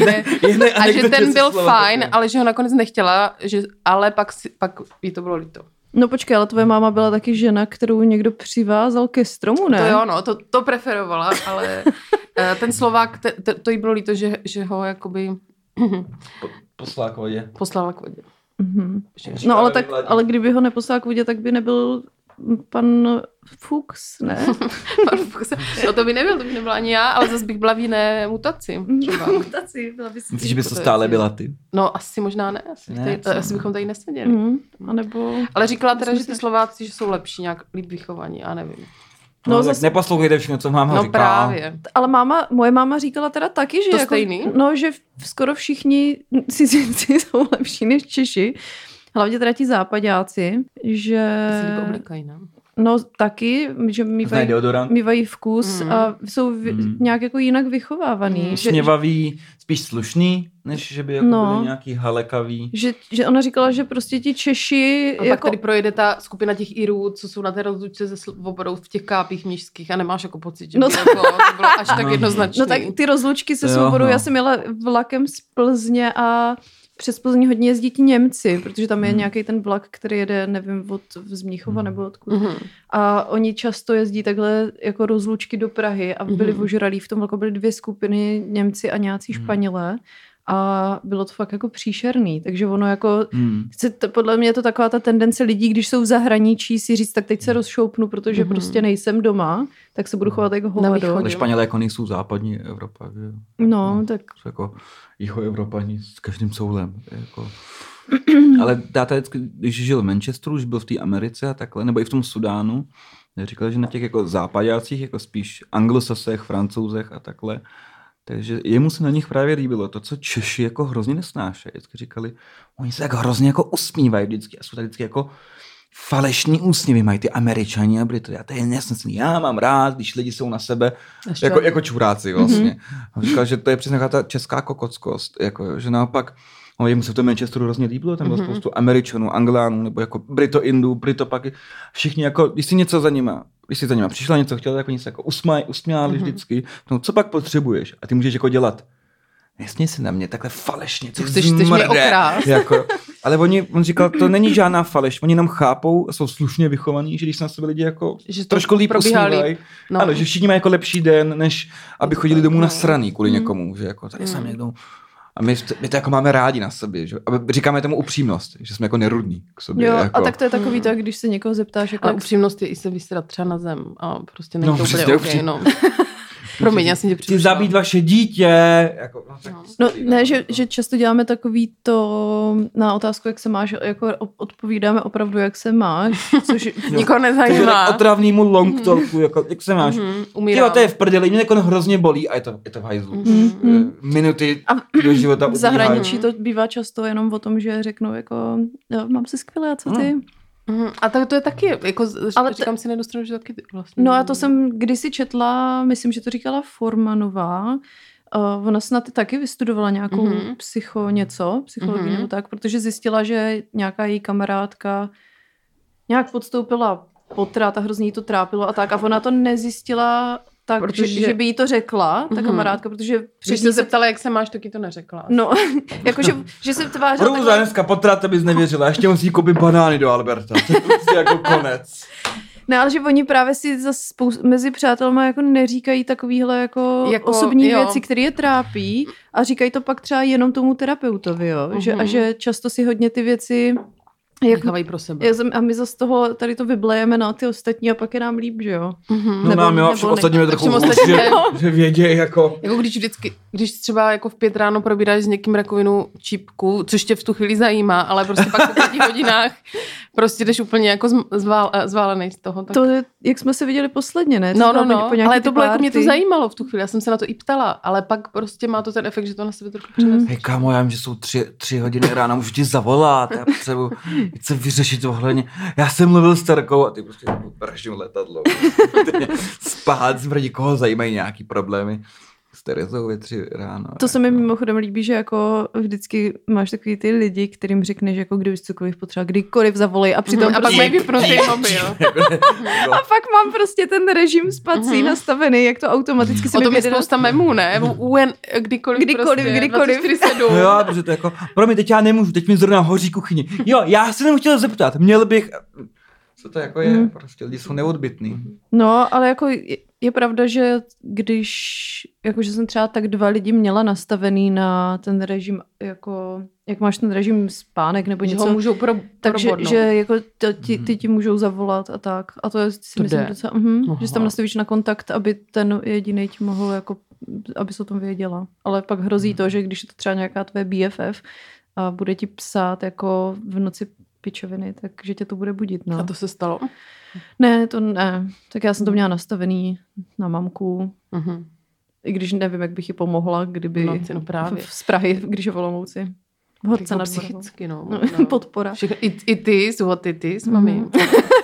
A že ten byl fajn, ale že ho nakonec nechtěla, že, ale pak, si, pak jí to bylo líto. No počkej, ale tvoje máma byla taky žena, kterou někdo přivázal ke stromu, ne? To jo, no, to, to preferovala, ale ten Slovák, te, te, to jí bylo líto, že, že ho jakoby... Po, poslala k vodě. Poslala k vodě. Mm-hmm. No ale, tak, ale kdyby ho neposlala k vodě, tak by nebyl pan Fuchs, ne? Pan Fuchs. No to by nebyl, to by nebyla ani já, ale zase bych byla v jiné mutaci. Třeba. mutaci, byla by si... Myslíš, že bys to stále byla ty? No asi možná ne, asi, ne, tady, asi bychom tady neseděli. Mm, anebo... Ale říkala teda, že ty Slováci že jsou lepší, nějak líp vychovaní, já nevím. No, no zase... neposlouchejte všechno, co máma no, říká. No právě. Ale máma, moje máma říkala teda taky, že, to jako, stejný? No, že skoro všichni cizinci jsou lepší než Češi. Hlavně teda ti západáci, že... To se líp oblikají, ne? No taky, že mývají, mývají vkus mm. a jsou v, mm. nějak jako jinak vychovávaný. Mm. Směvavý, spíš slušný, než že by jako no. byli nějaký halekavý. Že, že ona říkala, že prostě ti Češi... A jako... pak tady projede ta skupina těch Irů, co jsou na té rozlučce se Svobodou v těch kápích měšťských a nemáš jako pocit, že no to... Jako, to bylo až tak jednoznačný. No tak ty rozlučky se Svobodou, já jsem jela vlakem z Plzně a přes Plzeň hodně jezdí ti Němci, protože tam je mm. nějaký ten vlak, který jede, nevím, od z Mnichova mm. nebo odkud. Mm. A oni často jezdí takhle jako rozlučky do Prahy a byli mm. ožralí. V tom vlaku byly dvě skupiny, Němci a nějací mm. Španělé. A bylo to fakt jako příšerný. Takže ono jako, mm. podle mě je to taková ta tendence lidí, když jsou v zahraničí, si říct, tak teď se rozšoupnu, protože mm. prostě nejsem doma, tak se budu chovat jako hovado. Ale Španělé jako nejsou západní Evropa. Že? No, no, tak. Jsou jako jihoevropani s každým soulem. Jako... Ale táta vždycky, když žil v Manchesteru, už byl v té Americe a takhle, nebo i v tom Sudánu, říkal, že na těch jako západácích, jako spíš anglosasech, francouzech a takhle, takže jemu se na nich právě líbilo to, co Češi jako hrozně nesnášejí. Vždycky říkali, oni se jako hrozně jako usmívají vždycky a jsou tady vždycky jako falešní úsměvy mají ty Američani a Britové. A to je nesmysl. Já mám rád, když lidi jsou na sebe jako, jako čuráci vlastně. Mm-hmm. A říkal, že to je přesně ta česká kokockost. Jako, že naopak, no, jemu se v tom Manchesteru hrozně líbilo, tam bylo mm-hmm. spoustu Američanů, Anglánů, nebo jako Brito-Indů, Britopaky. Všichni jako, když si něco za nima, když si za nima přišla něco chtěla, tak oni se jako usmaj, usměli mm-hmm. vždycky. No, co pak potřebuješ? A ty můžeš jako dělat. Nesmí si na mě takhle falešně, co chceš, chceš mě okrást. Jako, ale oni, on říkal, to není žádná faleš, oni nám chápou, jsou slušně vychovaní, že když se na sebe lidi jako trošku líp usmívají, no. Ano, že všichni mají jako lepší den, než aby chodili domů no. nasraný kvůli mm. někomu, že jako tady mm. jsem někdo. A my, my to jako máme rádi na sobě, že? A říkáme tomu upřímnost, že jsme jako nerudní k sobě. Jo, jako. A tak to je takový to, když se někoho zeptáš. Jako... Ale upřímnost je i se vystrat třeba na zem a prostě není no, to úplně okay, no. Promiň, já jsem tě připřišla. Chci zabít vaše dítě. Jako, no, tak no. no ne, že, že často děláme takový to na otázku, jak se máš, jako odpovídáme opravdu, jak se máš, což nikoho nezajímá. Otravnýmu long talku, jako, jak se máš. Mm-hmm, jo, to je v prdeli, mě jako hrozně bolí a je to, je to v hajzlu. Mm-hmm. Minuty a do života v zahraničí to bývá často jenom o tom, že řeknou jako, jo, mám se skvěle, a co ty? Mm. Mm, a tak to je taky, jako ale říkám t- si nedostanu, že taky vlastně. No a to jsem kdysi četla, myslím, že to říkala Formanová, uh, ona snad taky vystudovala nějakou mm-hmm. psycho něco, psychologii mm-hmm. nebo tak, protože zjistila, že nějaká její kamarádka nějak podstoupila potrat a hrozně jí to trápilo a tak a ona to nezjistila tak, protože, že, že by jí to řekla, ta kamarádka, protože... Když se zeptala, jak se máš, tak jí to neřekla. No, jakože že se tvářila... Hrůza, takhle... dneska potrat, abys nevěřila, ještě musí koupit banány do Alberta. To je prostě jako konec. Ne, ale že oni právě si zase spou- mezi přátelma jako neříkají takovýhle jako, jako osobní jo. věci, které je trápí a říkají to pak třeba jenom tomu terapeutovi, jo. Uh-huh. Že, a že často si hodně ty věci... Jak nechávají pro sebe. A my zase z toho tady to vyblejeme na ty ostatní a pak je nám líp, že jo? Mm-hmm. No nebo, nám jo, všem ostatním trochu ostatní, že, že vědějí jako... Jako když vždycky, když třeba jako v pět ráno probíráš s někým rakovinu čípku, což tě v tu chvíli zajímá, ale prostě pak po pěti hodinách prostě jdeš úplně jako zvál, zválený z toho. Tak... To je, jak jsme se viděli posledně, ne? No, no, no, ale to bylo jako mě to zajímalo v tu chvíli, já jsem se na to i ptala, ale pak prostě má to ten efekt, že to na sebe trochu přenese. Hej kámo, já vím, že jsou tři, tři hodiny rána, můžu ti zavolat, já potřebuji se vyřešit tohle. Já jsem mluvil s Terkou a ty prostě pražím letadlo. Spát, zmrdí, koho zajímají nějaký problémy. S Terezou ve tři ráno. To se mi mimochodem líbí, že jako vždycky máš takový ty lidi, kterým řekneš, jako kdybys cokoliv potřeboval, kdykoliv zavolej a přitom mm, a pak mají vypnutý mobil. A pak mám prostě ten režim spací mm-hmm. nastavený, jak to automaticky se mi vyjde. O tom je spousta memů, ne? U N, kdykoliv, kdykoliv, prostě, kdykoliv. Jo, protože to jako, promiň, teď já nemůžu, teď mi zrovna hoří kuchyni. Jo, já se nem chtěl zeptat, měl bych... Co to jako je? Mm. Prostě lidi jsou neodbytný. No, ale jako je, je pravda, že když, jakože jsem třeba tak dva lidi měla nastavený na ten režim, jako, jak máš ten režim spánek nebo že něco. Ho můžou pro, takže, že jako ty, ty ti můžou zavolat a tak. A to je si to myslím docela, uh-huh, že si tam nastavíš na kontakt, aby ten jedinej ti mohl, jako, aby se o tom věděla. Ale pak hrozí mm. to, že když je to třeba nějaká tvoje B F F a bude ti psát jako v noci pičoviny, takže tě to bude budit. No. A to se stalo? Ne, to ne. Tak já jsem to měla nastavený na mamku. Uh-huh. I když nevím, jak bych jí pomohla, kdyby no, no právě. z Prahy, když je v Olomouci. Hodce na psychicky, no. no. Podpora. Všechno, i, I ty, ty, ty s mami. Mm.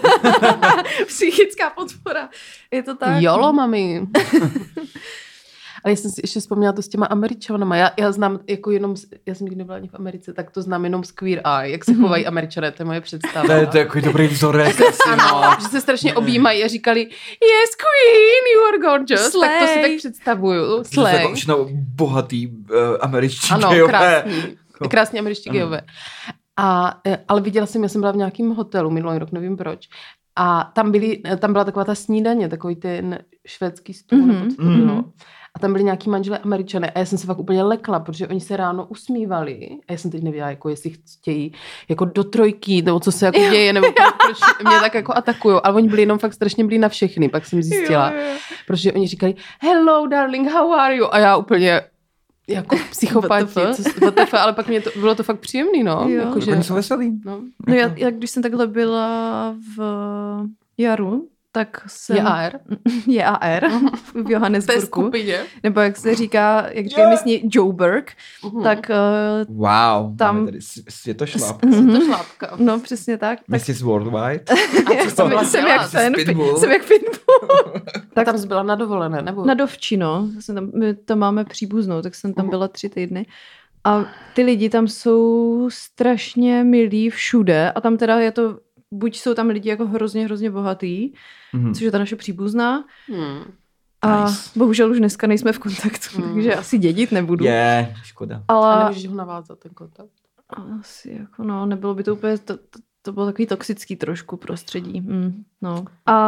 Psychická podpora. Je to tak? Jolo, mami. Ale já jsem si ještě vzpomněla to s těma Američanama. Já, já znám jako jenom, já jsem nikdy nebyla ani v Americe, tak to znám jenom z Queer Eye, jak se chovají Američané, to je moje představa. To je to jako dobrý vzorek. Ano, že se strašně objímají a říkali yes, queen, you are gorgeous. Slay. Tak to si tak představuju. Slay. To jsou všechno bohatý uh, američtí ano, gejové. Krásný, krásný američtí gejové. A, ale viděla jsem, já jsem byla v nějakém hotelu minulý rok, nevím proč. A tam, byly, tam byla taková ta snídaně, takový ten švédský stůl, mm-hmm. nebo co to bylo. Mm-hmm. A tam byli nějaký manželé Američané a já jsem se fakt úplně lekla, protože oni se ráno usmívali a já jsem teď nevěděla, jako jestli chtějí jako do trojky, nebo co se jako děje, nebo proč mě tak jako atakujou. Ale oni byli jenom fakt strašně byli na všechny, pak jsem zjistila. Jo, jo. Protože oni říkali, hello darling, how are you? A já úplně, Jako psychopati, W T F, ale pak mě to, bylo to fakt příjemný, no. Jako, že, oni jsou veselý. No, no já, já, když jsem takhle byla v Jaru, tak jsem... J A R? J A R v Johannesburgu. V té skupině. Nebo jak se říká, jak říkají yeah. místní Joburg, uh-huh. tak uh, wow, tam... máme tady světošlápka. Světošlápka. No, přesně tak. missus Worldwide. A jsem, jsem, jsem jak ten, pitbull. jsem jak pitbull. Tak tam jsi byla na dovolené, nebo? Na dovči, no. Tam, my tam máme příbuznou, tak jsem tam byla tři týdny. A ty lidi tam jsou strašně milí všude a tam teda je to, buď jsou tam lidi jako hrozně, hrozně bohatý, mm-hmm. což je ta naše příbuzná. Mm. A nice. Bohužel už dneska nejsme v kontaktu, mm. takže asi dědit nebudu. Je, yeah, škoda. Ale... A nemůžeš ho navázat, ten kontakt? Asi jako no, nebylo by to úplně, to, to, to bylo takový toxický trošku prostředí. Mm, no.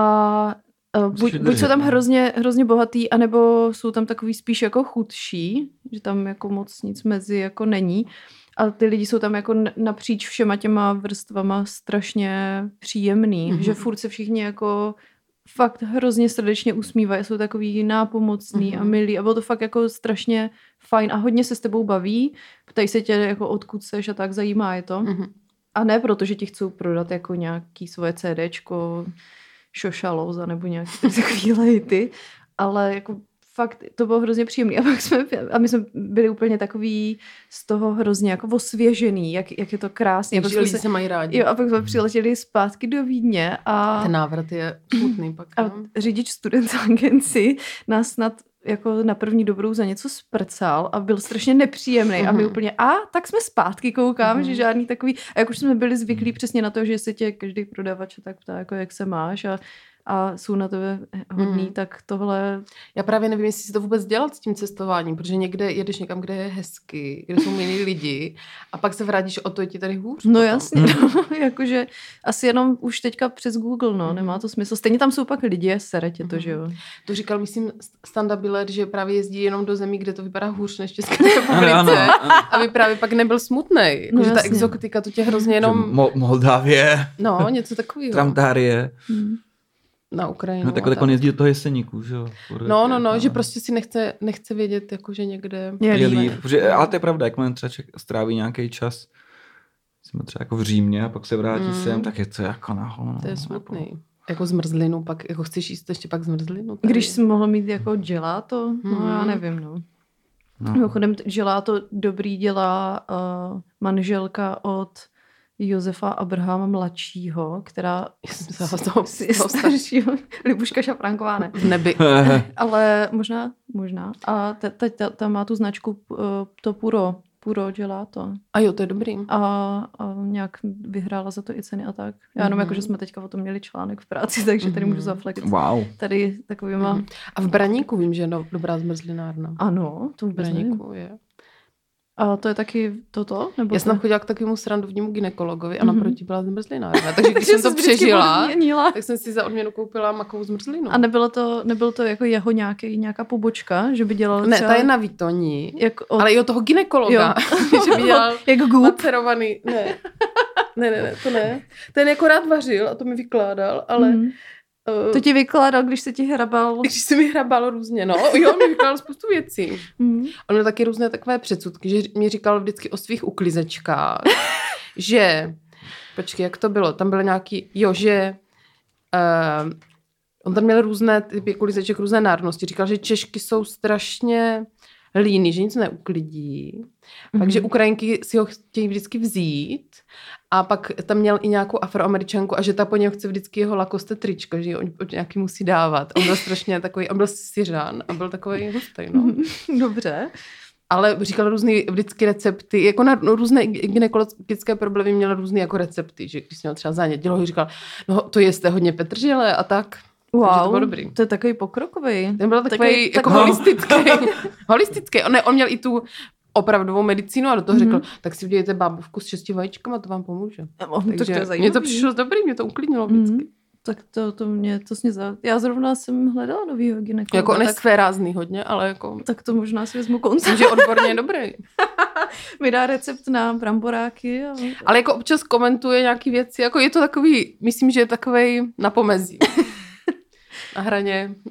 A uh, buď, buď jsou tam hrozně, hrozně bohatý, anebo jsou tam takový spíš jako chudší, že tam jako moc nic mezi jako není. A ty lidi jsou tam jako napříč všema těma vrstvama strašně příjemný, mm-hmm. že furt se všichni jako fakt hrozně srdečně usmívají, jsou takový nápomocný mm-hmm. a milí a bylo to fakt jako strašně fajn a hodně se s tebou baví, ptají se tě jako odkud seš a tak, zajímá je to. Mm-hmm. A ne proto, že ti chcou prodat jako nějaký svoje CDčko, Šošalóza nebo nějaký takovýhle hity, ale jako fakt to bylo hrozně příjemný. A pak jsme, a my jsme byli úplně takový z toho hrozně jako osvěžený, jak, jak je to krásný. Takže lidi se, se mají rádi. Jo, a pak jsme přiletěli zpátky do Vídně. A, ten návrat je smutný pak. A řidič student agenci nás snad jako na první dobrou za něco sprcal a byl strašně nepříjemný. Uh-huh. A my úplně, a tak jsme zpátky koukám, uh-huh. že žádný takový, a jak už jsme byli zvyklí přesně na to, že se tě každý prodavač tak ptá, jako jak se máš a a jsou na tebe hodný, mm. tak tohle... Já právě nevím, jestli si to vůbec dělat s tím cestováním, protože někde jedeš někam, kde je hezky, kde jsou milí lidi a pak se vrátíš, o to je ti tady hůř. No potom. Jasně, no, jakože asi jenom už teďka přes Google, no, nemá to smysl. Stejně tam jsou pak lidi, sere tě to, mm. že jo. To říkal, myslím, Standa Biller, že právě jezdí jenom do zemí, kde to vypadá hůř než České republice, aby právě pak nebyl smutnej. No, že ta exotika, to tě hrozně jenom... Mo- Moldávie. No, něco takového. Tramtárie. Mm. Na Ukrajinu. No tak, tak on jezdí do toho Jeseníku, že jo? No, no, no, že prostě si nechce, nechce vědět, jako, že někde... Je, je líp. Protože, ale to je pravda, jak man třeba stráví nějaký čas, jsme třeba jako v Římě a pak se vrátí mm. sem, tak je to jako nahono. To je smutný. Nebo... Jako zmrzlinu, pak jako chceš jíst ještě pak zmrzlinu? Tady. Když jsi mohl mít jako gelato, mm. no já nevím, no. no. Mimochodem gelato dobrý dělá uh, manželka od Josefa Abrahama mladšího, která je staršího, Libuška Šafránková, ne. V nebi. Ale možná, možná. A teď ta má tu značku uh, to Puro, Puro gelato. A jo, to je dobrý. A, a nějak vyhrála za to i ceny a tak. Já jenom mm-hmm. jako, že jsme teďka o tom měli článek v práci, takže tady můžu zaflekit. Wow. Tady takovýma... Mm. A v Braníku vím, že je no, dobrá zmrzlinárna. Ano, to vůbec v Braníku nevím. Je. A to je taky toto? Nebo já jsem chodila k takovému srandovnímu gynekologovi a naproti byla zmrzlinárna. Takže když jsem to přežila, tak jsem si za odměnu koupila makovou zmrzlinu. A nebylo to, nebylo to jako jeho nějaký, nějaká pobočka, že by dělal ne, třeba... ta je na Výtoni, jak od... ale i od toho gynekologa, že by dělal jako macerovaný... Ne. ne, ne, ne, to ne. Ten jako rád vařil a to mi vykládal, ale... Mm. To ti vykládal, když se ti hrabal? Když se mi hrabalo různě, no. Jo, mi vykládal spoustu věcí. Mm. On měl taky různé takové předsudky, že mi říkal vždycky o svých uklizečkách, že, počkej, jak to bylo, tam bylo nějaký, jo, že uh, on tam měl různé typy uklizeček, různé národnosti. Říkal, že Češky jsou strašně líný, že nic neuklidí. Mm-hmm. Takže Ukrajinky si ho chtějí vždycky vzít a pak tam měl i nějakou Afroameričanku a že ta po něm chce vždycky jeho Lacoste tričko, že on nějaký musí dávat. On byl strašně takový, on byl Syřan a byl takový hustý, no. Dobře. Ale říkal různý vždycky recepty, jako na no, různé gynekologické problémy měl různé jako recepty, že když měl třeba zánět dělohy, říkal, no to jeste hodně petržele a tak. Wow, to, bylo dobrý. To je takový pokrokový. Ten byl takový, takový jako tak... holistický. holistický. On, ne, on měl i tu opravdovou medicínu a do toho mm-hmm. řekl, tak si udělejte bábovku s šesti vajíčkama, to vám pomůže. Oh, Takže to mně to přišlo dobrý, mě to uklidnilo vždycky. Mm-hmm. Tak to, to mě, to mě za... Já zrovna jsem hledala novýho gynekologa. Jako on je tak... svérázný hodně, ale jako... Tak to možná si vezmu koncert. Myslím, že odborně je dobrý. Mi dá recept na bramboráky. A... Ale jako občas komentuje nějaký věci, jako je to takový, myslím, že je takovej na pomezí. Na hraně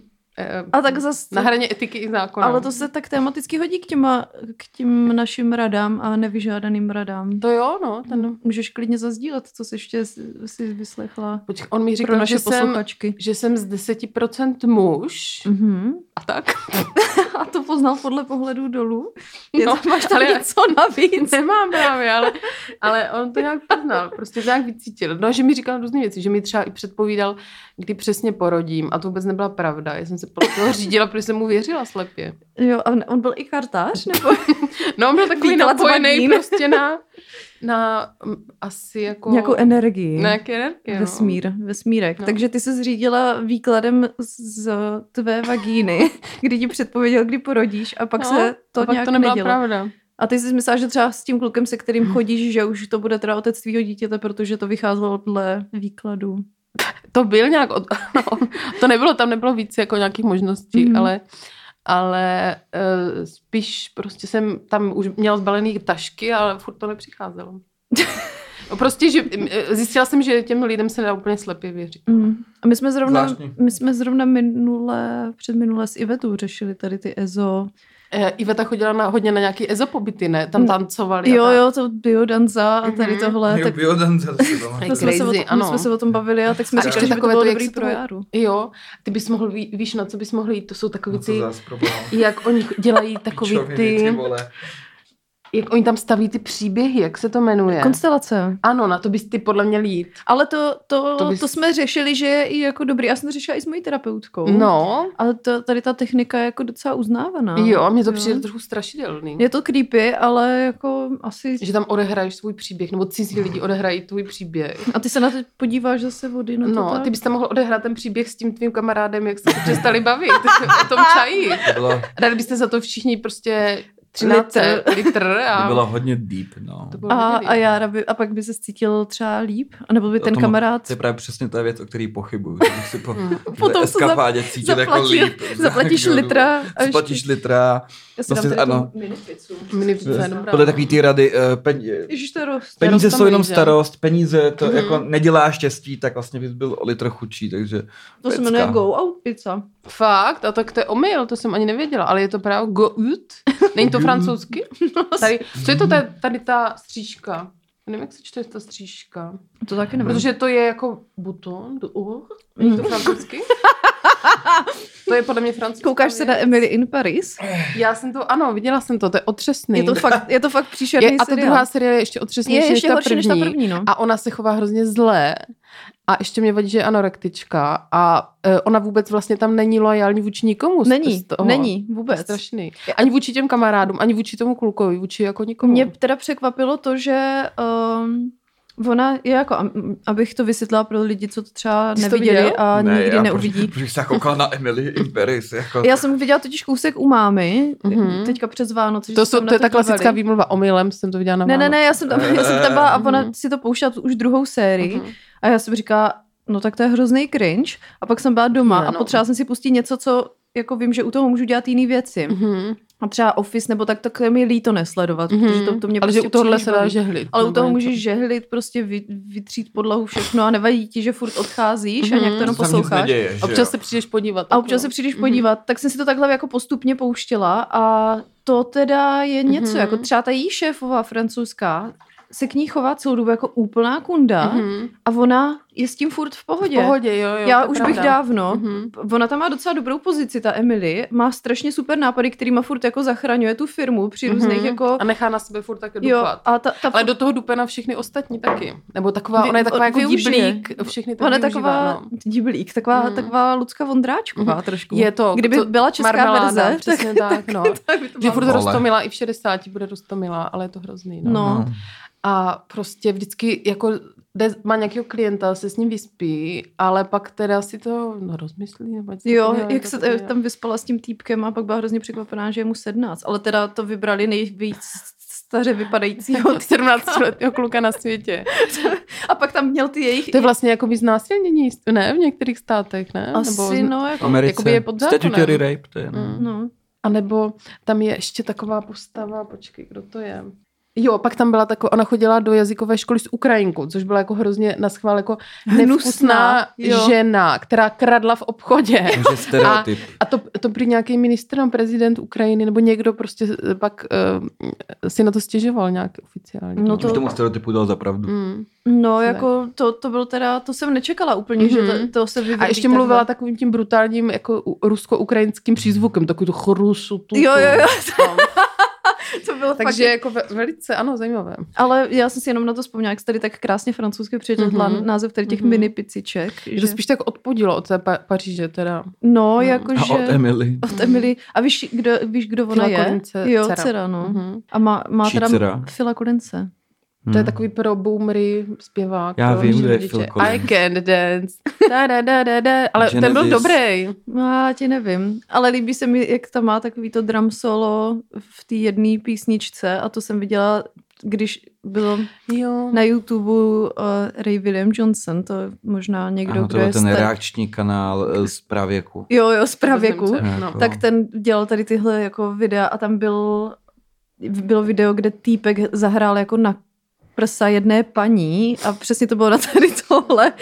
eh, a tak zas, na hraně etiky i zákona. Ale to se tak tematicky hodí k, těma, k těm našim radám a nevyžádaným radám. To jo, no. Ten... Můžeš klidně zazdílet, co jsi ještě si vyslechla. Počkej, on mi říkal, že jsem, že jsem z deset procent muž. Mm-hmm. A tak. A to poznal podle pohledu dolů? Je no, to, máš tam ale něco navíc? Nemám právě, ale, ale on to nějak poznal. Prostě to nějak vycítil. No, že mi říkal různé věci, že mi třeba i předpovídal, kdy přesně porodím. A to vůbec nebyla pravda. Já jsem se podle toho řídila, protože jsem mu věřila slepě. Jo, a on byl i kartář? Nebo? No, on byl takový napojený prostě na, na asi jako... Nějakou energii. Nějaké energie, Vesmír, no. Vesmírek. No. Takže ty se zřídila výkladem z tvé vagíny, kdy ti předpověděl, kdy porodíš a pak no, se to a pak nějak to nebyla nedělo. Pravda. A ty jsi myslela, že třeba s tím klukem, se kterým chodíš, že už to bude teda otec tvýho dítěte, protože to vycházelo podle výkladu. To byl nějak... Od... No, to nebylo, tam nebylo víc jako nějakých možností, mm. ale... ale uh, spíš prostě jsem tam už měla zbalený tašky, ale furt to nepřicházelo. Prostě, že zjistila jsem, že těm lidem se dá úplně slepě věřit. Mm. A my jsme zrovna, my jsme zrovna minule, předminule s Ivetou řešili tady ty ezo. Iveta chodila na, hodně na nějaký ezo pobyty, ne? Tam tancovali. Jo, jo, to biodanza a tady tohle. Jo, tak biodanza. To jsme, se o tom, my jsme se o tom bavili a tak jsme a říkali, že by to bylo dobrý pro Járu. Jo, ty bys mohl, víš, na co bys mohl jít, to jsou takový ty, jak oni dělají takový ty, jak oni tam staví ty příběhy, jak se to jmenuje? Konstelace. Ano, na to bys ty podle mě jít. Ale to, to, to, bys... to jsme řešili, že je i jako dobrý. Já jsem to řešila i s mojí terapeutkou. No. Ale to, tady ta technika je jako docela uznávaná. Jo, mně to jo. přijde trochu strašidelný. Je to creepy, ale jako asi... Že tam odehraješ svůj příběh, nebo cizí lidi odehrají tvůj příběh. A ty se na to podíváš zase vody. No, no to ty bys tam mohl odehrát ten příběh s tím tvým kamarádem, jak jste se přestali bavit o tom čaji. Dali byste za to všichni prostě... třináct litr. A... To bylo hodně deep, no. Bylo a, hodně deep. A, já, by, a pak by se cítil třeba líp? A nebo by ten tom, kamarád... To je právě přesně ta věc, o který pochybuju. Že bych si po Potom eskapádě cítil jako líp. Zaplatíš litra. Zaplatíš litra. Já si vlastně, ano. Minipicu. Minipicu je dobrá. Podle takový ty rady. Pen... Ježiš, to rost. Peníze jsou jenom starost. Peníze to mm-hmm. jako nedělá štěstí, tak vlastně bys byl o litr chudší, takže... To se jmenuje Go Out Pizza. Fakt? A tak to je omyl, to jsem ani nevěděla, ale je to právě Go Out? Není to francouzsky? Tady, co je to tady, tady ta střížka? Nevím, jak se čte ta střížka. To taky nevím. Protože to je jako buton. Uh, není to francouzsky? To je podle mě francouzsky. Koukáš se na Emily in Paris? Já jsem to, ano, viděla jsem to, to je otřesný. Je to fakt, je to fakt příšerný je, a ta druhá série je ještě otřesnější je ještě než ta první. Než ta první no. A ona se chová hrozně zlé. A ještě mě vadí, že je anorektička a uh, ona vůbec vlastně tam není loajální vůči nikomu. Není, z toho. není vůbec. To je strašný. Ani vůči těm kamarádům, ani vůči tomu klukovi, vůči jako nikomu. Mě teda překvapilo to, že um, ona je jako, abych to vysvětlila pro lidi, co to třeba Jsi neviděli to a ne, nikdy neuvidí. Protože jsem koukala na Emily in Paris. Jako... Já jsem viděla totiž kousek u mámy, mm-hmm. teďka přes Vánoce. To, jsou, to je ta klasická výmluva omylem, jsem to viděla na Ne, ne, ne, já jsem tam, já jsem tam byla a ona si to pouštěla už druhou sérii mm-hmm. a já jsem říkala, no tak to je hrozný cringe. A pak jsem byla doma no, no. a potřebovala jsem si pustit něco, co jako vím, že u toho můžu dělat jiné věci. Mm-hmm. A třeba Office, nebo tak, tak je mi líto nesledovat, mm-hmm. protože to, to mě ale prostě že u tohohle se dá žehlit. Ale u toho můžeš žehlit, prostě vy, vytřít podlahu všechno a nevadí ti, že furt odcházíš mm-hmm. a nějak to jenom posloucháš. Neděje, občas se přijdeš podívat. A občas se přijdeš mm-hmm. podívat. Tak jsem si to takhle jako postupně pouštěla a to teda je něco, mm-hmm. jako třeba ta její šéfová francouzská se k ní chová celou dobu jako úplná kunda mm-hmm. a ona je s tím furt v pohodě. V pohodě, jo, jo. Já už pravda. bych dávno. Mm-hmm. Ona tam má docela dobrou pozici, ta Emily. Má strašně super nápady, kterýma furt jako zachraňuje tu firmu při různých mm-hmm. jako... A nechá na sebe furt taky dupat. A ta, ta... Ale do toho dupe na všechny ostatní taky. Nebo taková, Vy, ona je taková jako díblík. Všechny to ona je taková no. díblík, taková, mm. taková Lucka Vondráčková mm. trošku. Je to. Kdyby to, byla česká marmeláda, verze. Přesně tak, tak, no. tak že furt roztomilá i v šedesáti bude roztomilá, ale je to hrozný. No. no. A prostě vždycky jako má nějakého klienta, se s ním vyspí, ale pak teda si to no, rozmyslí. Nebo jo, to jak se to tam vyspala s tím týpkem a pak byla hrozně překvapená, že je mu sedmnáct. Ale teda to vybrali nejvíc staře vypadajícího sedmnáctiletého kluka na světě. A pak tam měl ty jejich... To je vlastně jako znásilnění, ne? V některých státech, ne? Asi, nebo, no. Jako... Americe. Je pod Statutory rape, to je. No. Mm. no. A nebo tam je ještě taková postava, počkej, kdo to je? Jo, pak tam byla taková, ona chodila do jazykové školy s Ukrajinkou, což byla jako hrozně naschvál jako nevkusná žena, která kradla v obchodě. A, a to, to prý nějaký ministr, no, prezident Ukrajiny, nebo někdo prostě pak uh, si na to stěžoval nějak oficiálně. No to už tomu stereotypu dal za pravdu. Mm. No, jako to, to bylo teda, to jsem nečekala úplně, mm-hmm. že to, to se vyvíjí. A ještě takhle. Mluvila takovým tím brutálním jako rusko-ukrajinským přízvukem, takový tu chrusu, tu. Jo, jo, jo. To bylo Takže fakt... jako velice, ano, zajímavé. Ale já jsem si jenom na to vzpomněla, jak jsi tady tak krásně francouzsky přečetla mm-hmm. název tady těch mm-hmm. mini piciček. Že to spíš tak odpodilo od té pa- Paříže teda. No, mm. jakože... A od Emily. Od Emily. A víš, kdo, víš, kdo ona je? Kolince, jo, dcera. dcera, no. Mm-hmm. A má, má Čí teda dcera? Phila Collinse. Hmm. To je takový pro boomery zpěvák. Já vím, kdo je Phil Collins. I can dance. Da, da, da, da, da. Ale Genesis. Ten byl dobrý. Já ti nevím. Ale líbí se mi, jak tam má takový to drum solo v té jedné písničce a to jsem viděla, když bylo jo. na YouTube uh, Ray William Johnson, to možná někdo, ano, kdo je ten star... reakční kanál z pravěku. Jo, jo, z pravěku. No. Tak ten dělal tady tyhle jako videa a tam byl, bylo video, kde týpek zahrál jako na prsa jedné paní a přesně to bylo na tady tohle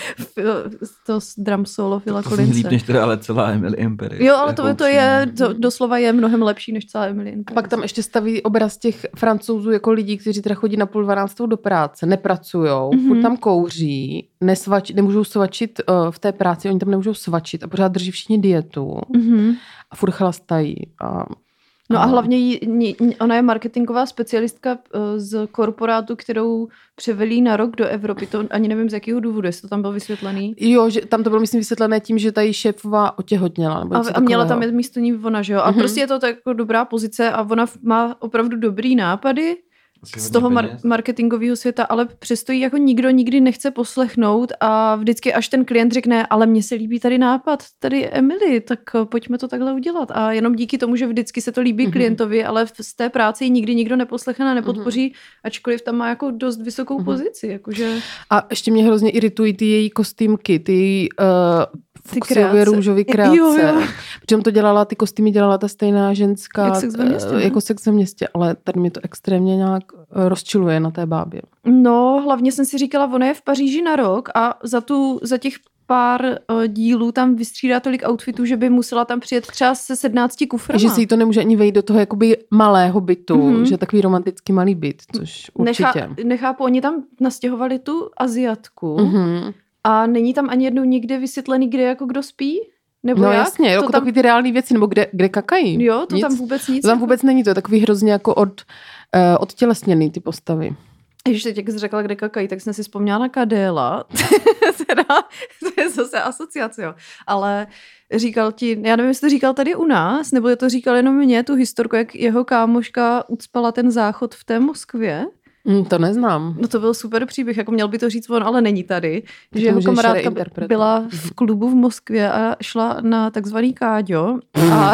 to drum solo Phila Collinse. To zní líp než teda ale celá Emily in Paris. Jo, ale to, to je, to doslova je mnohem lepší než celá Emily in Paris. A pak tam ještě staví obraz těch Francouzů jako lidí, kteří teda chodí na půl dvanáctou do práce, nepracujou, mm-hmm. furt tam kouří, nesvač, nemůžou svačit uh, v té práci, oni tam nemůžou svačit a pořád drží všichni dietu mm-hmm. a furt chlastají a No a hlavně jí, ona je marketingová specialistka z korporátu, kterou převelí na rok do Evropy. To ani nevím, z jakého důvodu, jestli to tam bylo vysvětlený. Jo, že tam to bylo, myslím, vysvětlené tím, že tady šéfová otěhotněla. Nebo a, a měla tam jet místo ní ona, že jo? A mm-hmm. prostě je to tak jako dobrá pozice a ona má opravdu dobrý nápady z toho mar- marketingového světa, ale přesto jí jako nikdo nikdy nechce poslechnout a vždycky až ten klient řekne, ale mně se líbí tady nápad, tady Emily, tak pojďme to takhle udělat. A jenom díky tomu, že vždycky se to líbí mm-hmm. klientovi, ale z té práce ji nikdy nikdo neposlechne a nepodpoří, mm-hmm. ačkoliv tam má jako dost vysokou mm-hmm. pozici. Jakože... A ještě mě hrozně iritují ty její kostýmky, ty její uh, fuksiově růžový krátce. Jo, jo. Přičem to dělala, ty kostýmy dělala ta stejná ženská Jak Sex ve městě, uh, jako Sex ve městě, ale tady mě to extrémně nějak rozčiluje na té bábě. No, hlavně jsem si říkala, ona je v Paříži na rok a za, tu, za těch pár uh, dílů tam vystřídá tolik outfitů, že by musela tam přijet třeba se sedmnácti kuframa. Že si jí to nemůže ani vejít do toho jakoby malého bytu, mm-hmm. že takový romantický malý byt, což určitě. Nechá, nechápu, oni tam nastěhovali tu Aziatku mm-hmm. a není tam ani jednou nikde vysvětlený, kde jako kdo spí? Nebo no jak? jasně, to jako tam... takový ty reální věci, nebo kde, kde kakají. Jo, to nic. tam vůbec nic. To tam vůbec není, to je takový hrozně jako od, uh, odtělesněný ty postavy. Když teď, jak jsi řekla, kde kakají, tak jsem si vzpomněla na Kadéla. teda, to je zase asociace, jo. Ale říkal ti, já nevím, jestli to říkal tady u nás, nebo je to říkal jenom mě, tu historku, jak jeho kámoška ucpala ten záchod v té Moskvě. Mm, to neznám. No to byl super příběh, jako měl by to říct on, ale není tady. Že jeho kamarádka byla v klubu v Moskvě a šla na takzvaný káďo a...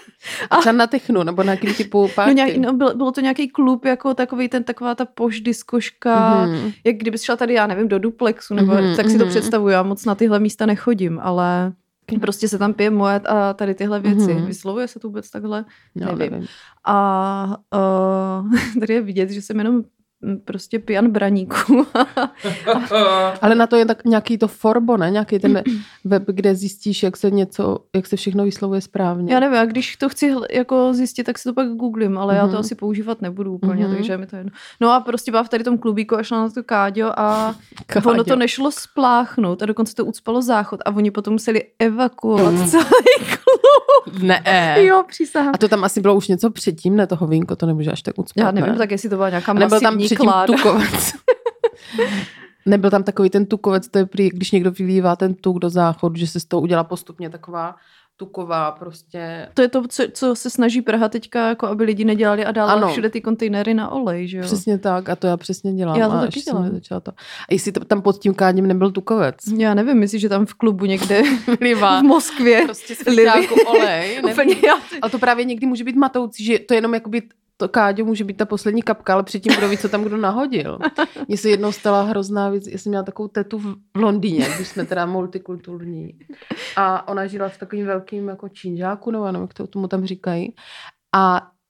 A třeba na technu, nebo na jakým typu party? No, nějak, no bylo, bylo to nějaký klub, jako takový ten, taková ta pošdiskoška, mm-hmm. jak kdyby šla tady, já nevím, do duplexu, nebo mm-hmm. tak si to představuju, já moc na tyhle místa nechodím, ale prostě se tam pije moet a tady tyhle věci. Mm-hmm. Vyslovuje se to vůbec takhle? No, nevím. nevím. A uh, tady je vidět, že jsem jenom prostě pijan braníků. Ale na to je tak nějaký to Forbo, ne? Nějaký ten web, kde zjistíš, jak se něco, jak se všechno vyslovuje správně. Já nevím, a když to chci jako zjistit, tak si to pak googlím, ale mm-hmm. já to asi používat nebudu úplně, mm-hmm. takže mi to jedno. No a prostě byla v tady tom klubíku a šla na to káďo a Káďo. Ono to nešlo spláchnout a dokonce to ucpalo záchod a oni potom museli evakuovat mm. celý klub. Ne. Jo, přísahám. A to tam asi bylo už něco předtím, ne toho vínko, to nemůže až tak ucpat. Já nevím, ne? tak jestli to byla nějaká masivní kláda. Nebyl tam takový ten tukovec, to je prý, když někdo vylívá ten tuk do záchodu, že se z toho udělá postupně taková tuková prostě. To je to, co, co se snaží Praha teďka, jako aby lidi nedělali a dávali všude ty kontejnery na olej, že jo? Přesně tak a to já přesně dělám. Já to a taky dělám. To. A jestli to, tam pod tím kádím nebyl tukovec? Já nevím, myslím, že tam v klubu někde vylívá v Moskvě prostě z olej. Ale to právě někdy může být matoucí, že to jenom jakoby to káďo může být ta poslední kapka, ale předtím kdo ví, co tam kdo nahodil. Mně se jednou stala hrozná věc, já jsem měla takovou tetu v Londýně, když jsme teda multikulturní. A ona žila v takovým velkým jako čínžáku, nebo ano, jak to tomu tam říkají. A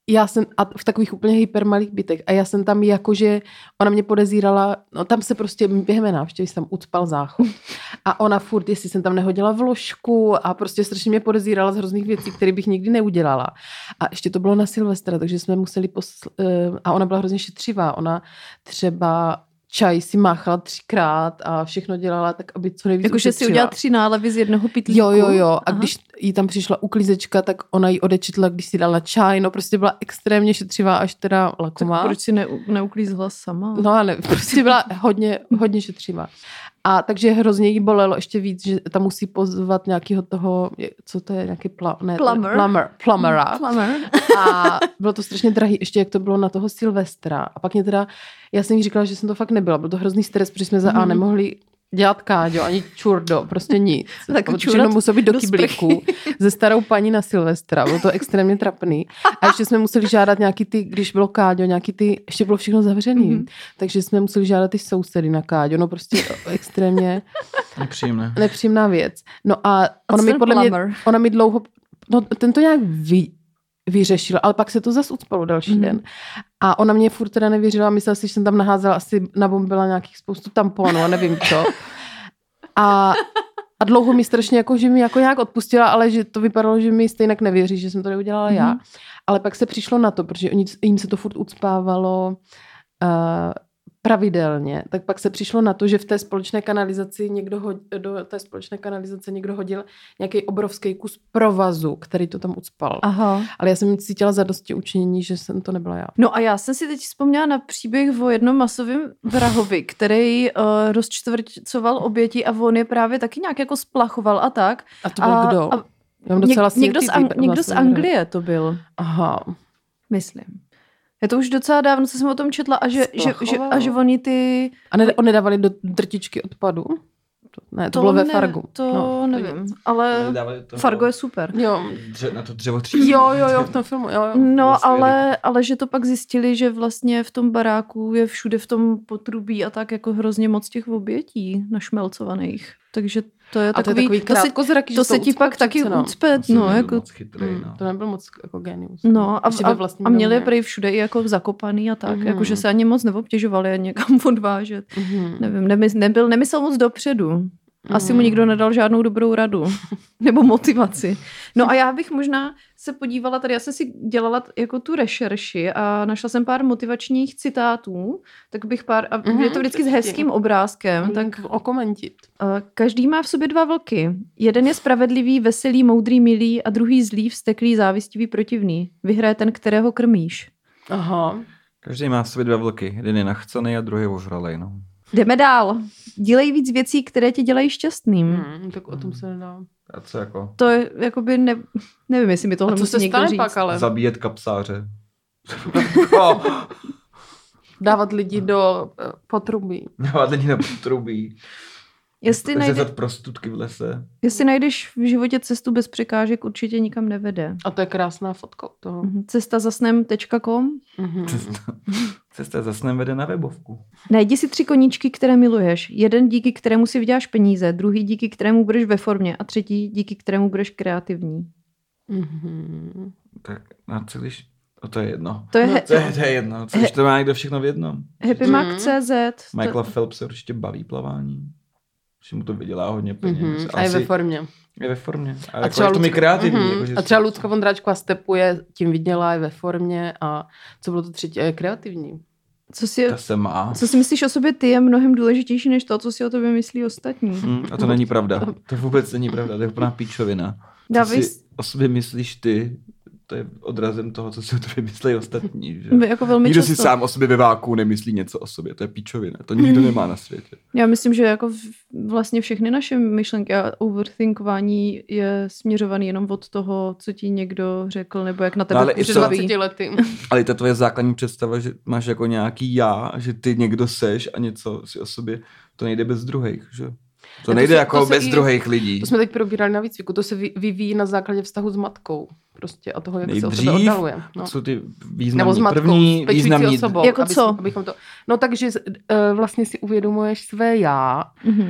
já jsem a v takových úplně hypermalých bytech a já jsem tam jakože, ona mě podezírala, no tam se prostě během návštěvy jsem tam ucpal záchod a ona furt, jestli jsem tam nehodila vložku a prostě strašně mě podezírala z hrozných věcí, které bych nikdy neudělala. A ještě to bylo na Silvestra, takže jsme museli posl- a ona byla hrozně šetřivá, ona třeba čaj si máchala třikrát a všechno dělala tak, aby co nejvíc Jakože si udělala tři nálevy z jednoho pytlíku. Jo, jo, jo. A Aha. když jí tam přišla uklízečka, tak ona jí odečetla, když si dala čaj. No prostě byla extrémně šetřivá, až teda lakomá. Tak proč si ne, neuklízla sama? No a ne, prostě byla hodně, hodně šetřivá. A takže hrozně jí bolelo ještě víc, že tam musí pozvat nějakého toho, co to je, nějaký pla, ne, plumber. Plumber, plumbera. Plumber. A bylo to strašně drahý, ještě jak to bylo na toho Silvestra. A pak mě teda, já jsem jí říkala, že jsem to fakt nebyla. Byl to hrozný stres, protože jsme za A nemohli dělat káďo, ani čurdo, prostě nic. Tak všechno muselo být do kyblíku ze starou paní na Silvestra. Bylo to extrémně trapný. A ještě jsme museli žádat nějaký ty, když bylo káďo, nějaký ty, ještě bylo všechno zavřený. Mm-hmm. Takže jsme museli žádat ty sousedy na káďo. No prostě extrémně nepříjemné. nepříjemná věc. No a ona mi podle mě, ona mi dlouho, no ten to nějak vy, vyřešila, ale pak se to zas ucpalo další mm-hmm. den. A ona mě furt teda nevěřila, myslela si, že jsem tam naházela, asi nabombila nějakých spoustu tamponů a nevím co. A, a dlouho mi strašně jako, že mi jako nějak odpustila, ale že to vypadalo, že mi stejně nevěří, že jsem to neudělala mm-hmm. já. Ale pak se přišlo na to, protože oni, jim se to furt ucpávalo uh, pravidelně, tak pak se přišlo na to, že v té společné kanalizaci někdo hodil, do té společné kanalizace někdo hodil nějaký obrovský kus provazu, který to tam ucpal. Aha. Ale já jsem cítila zadosti učinění, že jsem to nebyla já. No a já jsem si teď vzpomněla na příběh o jednom masovém vrahovi, který uh, rozčtvrcoval oběti a on je právě taky nějak jako splachoval a tak. A to byl a, kdo? A já něk, někdo, z Ang- někdo z Anglie to byl. Aha. Myslím. Je to už docela dávno, co jsem o tom četla a že, že, že, a že oni ty... A ne, on nedávali do drtičky odpadu? Ne, to, to bylo ve ne, Fargu. To no, nevím, to ale to Fargo je super. Jo. Dře, na to dřevo tří. Jo, jo, jo, v tom filmu. Jo, jo. No, ale, ale že to pak zjistili, že vlastně v tom baráku je všude v tom potrubí a tak jako hrozně moc těch obětí našmelcovaných. Takže to je a takový... To je takový krátkozraký, to se, to se ti pak taky no. ucpe. No, jako, chytrý, no. To nebyl moc jako genius. No a, a, a měli je prý všude i jako zakopaný a tak. Mm. Jako, že se ani moc neobtěžovali je někam odvážet. Mm. Nevím, nemysl, nebyl, nemyslel moc dopředu. Asi mu nikdo nedal žádnou dobrou radu. Nebo motivaci. No a já bych možná se podívala, tady já jsem si dělala jako tu rešerši a našla jsem pár motivačních citátů, tak bych pár, a mm-hmm, je to vždycky s hezkým obrázkem. Tak okomentit. Každý má v sobě dva vlky. Jeden je spravedlivý, veselý, moudrý, milý a druhý zlý, vzteklý, závistivý, protivný. Vyhraje ten, kterého krmíš. Aha. Každý má v sobě dva vlky. Jeden je nachcený a druhý je ožralej, no. Jdeme dál. Dělej víc věcí, které tě dělají šťastným. Hmm, tak o tom se nedá. A co jako? To je, jakoby, ne, nevím, jestli mi tohle a co musí se někdo stane říct. Pak, ale? Zabíjet kapsáře. oh. Dávat lidi do uh, potrubí. Dávat lidi do potrubí. Jestli, najde... prostudky v lese. Jestli najdeš v životě cestu bez překážek, určitě nikam nevede. A to je krásná fotka toho. Mm-hmm. Cesta za snem tečka com mm-hmm. Cesta, cesta za snem vede na webovku. Najdi si tři koníčky, které miluješ. Jeden, díky kterému si vyděláš peníze, druhý, díky kterému budeš ve formě a třetí, díky kterému budeš kreativní. Mm-hmm. Tak na celý... O, to je jedno. To je, no, he... to, je, to je jedno. Což he... to má někdo všechno v jednom. happymac tečka cé zet Michaela to... Phelps se určitě baví plavání. Že mu to vydělá hodně peněz. Mm-hmm. A je ve formě. Je ve formě. A, a jako třeba, Lucka... kreativní, mm-hmm. jako, že a třeba Lucka Vondráčková stepuje, tím vydělá, je ve formě a co bylo to třetí, je kreativní. Co si, ta se má. Co si myslíš o sobě ty, je mnohem důležitější než to, co si o tobě myslí ostatní. Mm, a to není pravda. To vůbec není pravda. To je úplná píčovina. Co Dávej... si o sobě myslíš ty, to je odrazem toho, co si o tobě myslí ostatní. Že? Jako velmi nikdo často. Si sám o sobě ve váku nemyslí něco o sobě. To je píčovina. To nikdo nemá na světě. Já myslím, že jako vlastně všechny naše myšlenky a overthinkování je směřovaný jenom od toho, co ti někdo řekl, nebo jak na tebe no, před dvaceti lety. Ale ta tvoje základní představa, že máš jako nějaký já, že ty někdo seš a něco si o sobě, to nejde bez druhých, že? To nejde to se, jako to bez i, druhých lidí. To jsme teď probírali na výcviku. To se vyvíjí na základě vztahu s matkou. Prostě a toho, jak Nejdřív, se o sebe oddaluje. No. Co ty významní Nebo s matkou, první, významní... osobou. Jako aby, co? Abychom to... No takže uh, vlastně si uvědomuješ své já. Mm-hmm.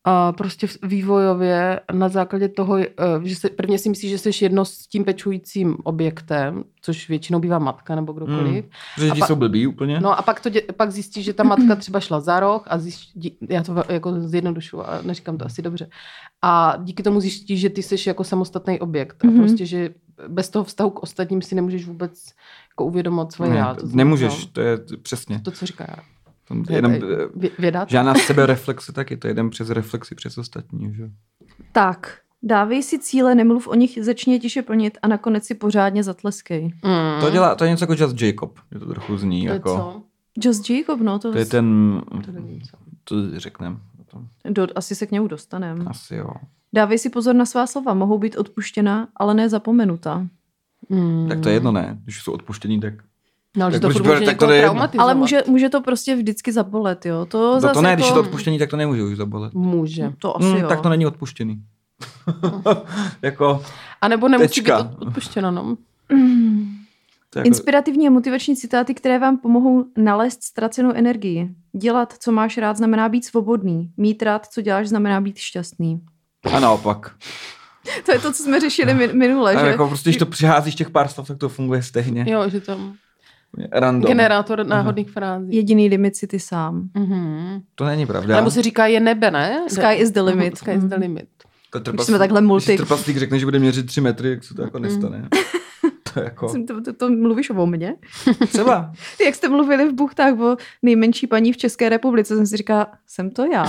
a prostě vývojově na základě toho, že se, prvně si myslíš, že jsi jedno s tím pečujícím objektem, což většinou bývá matka nebo kdokoliv. Hmm. Že děti jsou blbý úplně. No a pak, to dě, pak zjistíš, že ta matka třeba šla za roh a zjistí, já to jako zjednodušu a neříkám to asi dobře. A díky tomu zjistíš, že ty jsi jako samostatný objekt. Mm-hmm. A prostě, že bez toho vztahu k ostatním si nemůžeš vůbec jako uvědomovat svoje ne, já. To nemůžeš, to je přesně. To, co říká já. Jenom, věda. žádná sebereflexe taky, to je jeden přes reflexy přes ostatní. Že? Tak, dávej si cíle, nemluv o nich, začni je tiše plnit a nakonec si pořádně zatleskej. Mm. To, dělá, to je něco jako Just Jacob, je to trochu zní. To jako, co? Just Jacob, no. To, to je ten, to, nevím, co. to řekneme. Do, asi se k němu dostaneme. Asi jo. Dávej si pozor na svá slova, mohou být odpuštěna, ale ne zapomenuta. Mm. Tak to je jedno, ne? Když jsou odpuštění, tak... No, tak to může, může tak to ale může, může to prostě vždycky zabolet, jo. To, no zase to ne, jako... když je to odpuštění, tak to nemůže už zabolet. Může. To asi mm, jo. Tak to není odpuštěný. jako a nebo nemusí tečka. být odpuštěno, no. Mm. Jako... Inspirativní a motivační citáty, které vám pomohou nalézt ztracenou energii. Dělat, co máš rád, znamená být svobodný. Mít rád, co děláš, znamená být šťastný. A naopak. To je to, co jsme řešili minule. Že? Jako prostě, když to přiházíš těch pár slov, tak to funguje stejně. Jo, že tam... Random. Generátor náhodných uh-huh. frází. Jediný limit si ty sám. Uh-huh. To není pravda. Nebo se říká je nebe, ne? Sky is the limit. Uh-huh. Sky is the limit. To trpas... Když jsme takhle multi. Když trpaslík řekne, že bude měřit tři metry, jak se to jako nestane. To, jako... to, to, to mluvíš o mně? Třeba. Jak jste mluvili v Buchtách o nejmenší paní v České republice, jsem si říkala, jsem to já?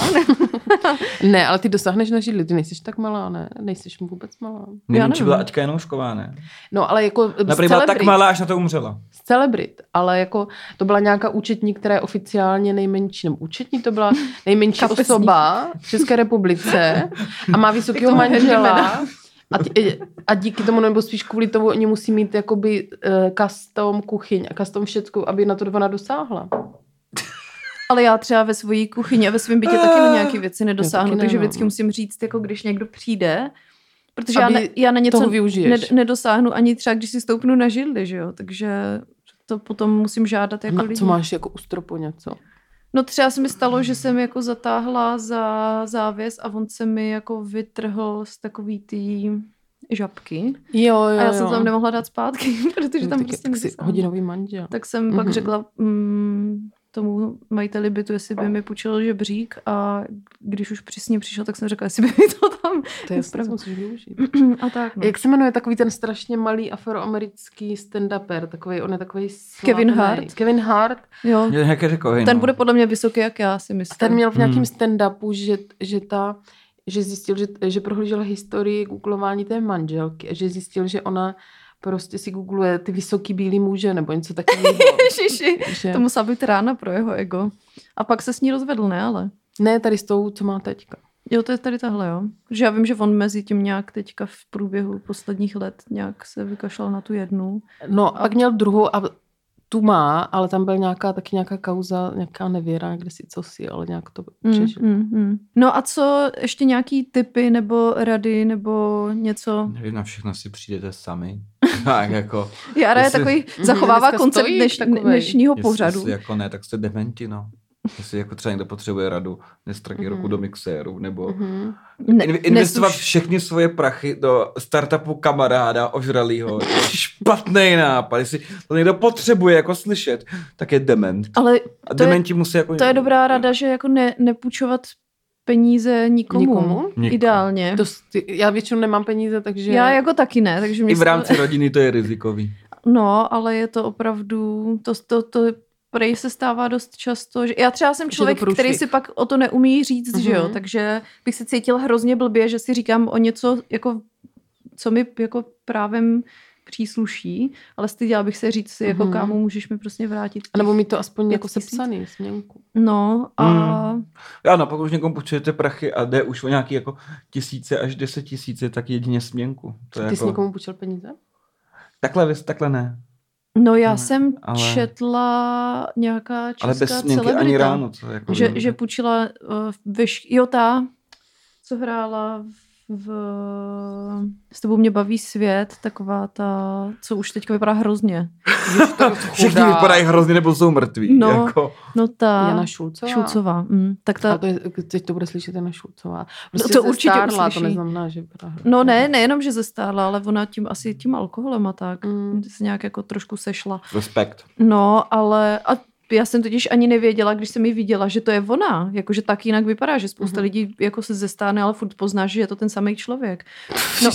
Ne, ale ty dosáhneš na židli, ty nejsiš tak malá, ne? Nejsiš vůbec malá. Nejmenší byla Aťka Janoušková, ne? No, ale jako Například byla tak malá, až na to umřela. Z celebrit, ale jako to byla nějaká účetní, která je oficiálně nejmenší, nebo účetní to byla nejmenší osoba v České republice a má vysokého manžela. A, tě, a díky tomu, nebo spíš kvůli tomu, oni musí mít jakoby uh, custom kuchyň a custom všecko, aby na to ona dosáhla. Ale já třeba ve své kuchyni a ve svém bytě taky na nějaké věci nedosáhnu, ne, takže no. vždycky musím říct, jako když někdo přijde, protože já, ne, já na něco ne, nedosáhnu ani třeba, když si stoupnu na židli, že jo, takže to potom musím žádat jako no, lidi. Co máš jako u stropu něco? No třeba se mi stalo, že jsem jako zatáhla za závěs a on se mi jako vytrhl z takový tý žabky. Jo, jo, a já jsem jo. tam nemohla dát zpátky, protože no, tam tak, prostě tak si hodinový manžel. Tak jsem mm-hmm. pak řekla mm, tomu majiteli bytu, jestli by mi půjčil žebřík a když už přesně přišel, tak jsem řekla, jestli by mi to tam... To je jasně, musíš využít. A tak, no. Jak se jmenuje takový ten strašně malý afroamerický stand-uper, takovej, on je takový Kevin Hart. Kevin Hart. Jo. Takový, ten no. bude podle mě vysoký, jak já si myslím. Ten měl v nějakém hmm. stand-upu, že, že ta že zjistil, že, že prohlížel historii googlování té manželky a že zjistil, že ona prostě si googluje ty vysoký bílý muže nebo něco takového. Ježiši, že... to musela být rána pro jeho ego. A pak se s ní rozvedl, ne ale? Ne, tady s tou, co má teďka. Jo, to je tady tahle, jo. Že já vím, že on mezi tím nějak teďka v průběhu posledních let nějak se vykašlal na tu jednu. No, a pak měl druhou a tu má, ale tam byl nějaká taky nějaká kauza, nějaká nevěra, kde si co si, ale nějak to přežil. Mm, mm, mm. No a co, ještě nějaký tipy nebo rady nebo něco? Nevím, na všechno si přijdete sami. Tak jako... Jara je takový, zachovává mm, koncept dneš, dnešního pořadu. Jestli jako ne, tak jste dementi, no. Jestli jako třeba někdo potřebuje radu, nestraky mm-hmm. ruku do mixéru, nebo mm-hmm. ne, investovat nesuš... všechny svoje prachy do startupu kamaráda ožralýho. Je špatný nápad. Jestli to někdo potřebuje jako slyšet, tak je dement. Ale a dementi je, musí jako... To je dobrá rada, že jako ne, nepůjčovat peníze nikomu. Nikomu? Ideálně. To, já většinou nemám peníze, takže... Já jako taky ne. Takže i v rámci to... rodiny to je rizikový. No, ale je to opravdu... To, to, to prej se stává dost často, že já třeba jsem člověk, který si pak o to neumí říct, mm-hmm. že jo, takže bych se cítil hrozně blbě, že si říkám o něco, jako, co mi jako právem přísluší, ale styděla bych se říct si, jako mm-hmm. kámo, můžeš mi prostě vrátit. A nebo mi to aspoň jako sepsaný směnku. No a... Mm. Ano, pokud už někomu počujete prachy a jde už o nějaký jako tisíce až deset tisíce, tak jedině směnku. To Ty jako... jsi někomu půjčil peníze? Takhle, takhle ne. No já ne, jsem ale... četla nějaká česká ale bez směnky celebrita, ani ráno. Co, jako že, že půjčila uh, veš... jo ta, co hrála v S tebou mě baví svět, taková ta, co už teďka vypadá hrozně. Všichni vypadají hrozně nebo jsou mrtví. No, jako. no ta Jana Šulcová. Šulcová. Mm, tak ta... A to je, teď to bude slyšet Jana Šulcová. Prostě no to určitě stárla, uslyší. To neznamená, že vypadá hrozně. No ne, nejenom, že zestárla, ale ona tím asi tím alkoholem a tak. Mm. Se nějak jako trošku sešla. Respekt. No, ale... A já jsem totiž ani nevěděla, když jsem ji viděla, že to je ona. Jakože tak jinak vypadá, že spousta mm-hmm. lidí jako se zestárne, ale furt poznáš, že je to ten samý člověk. No,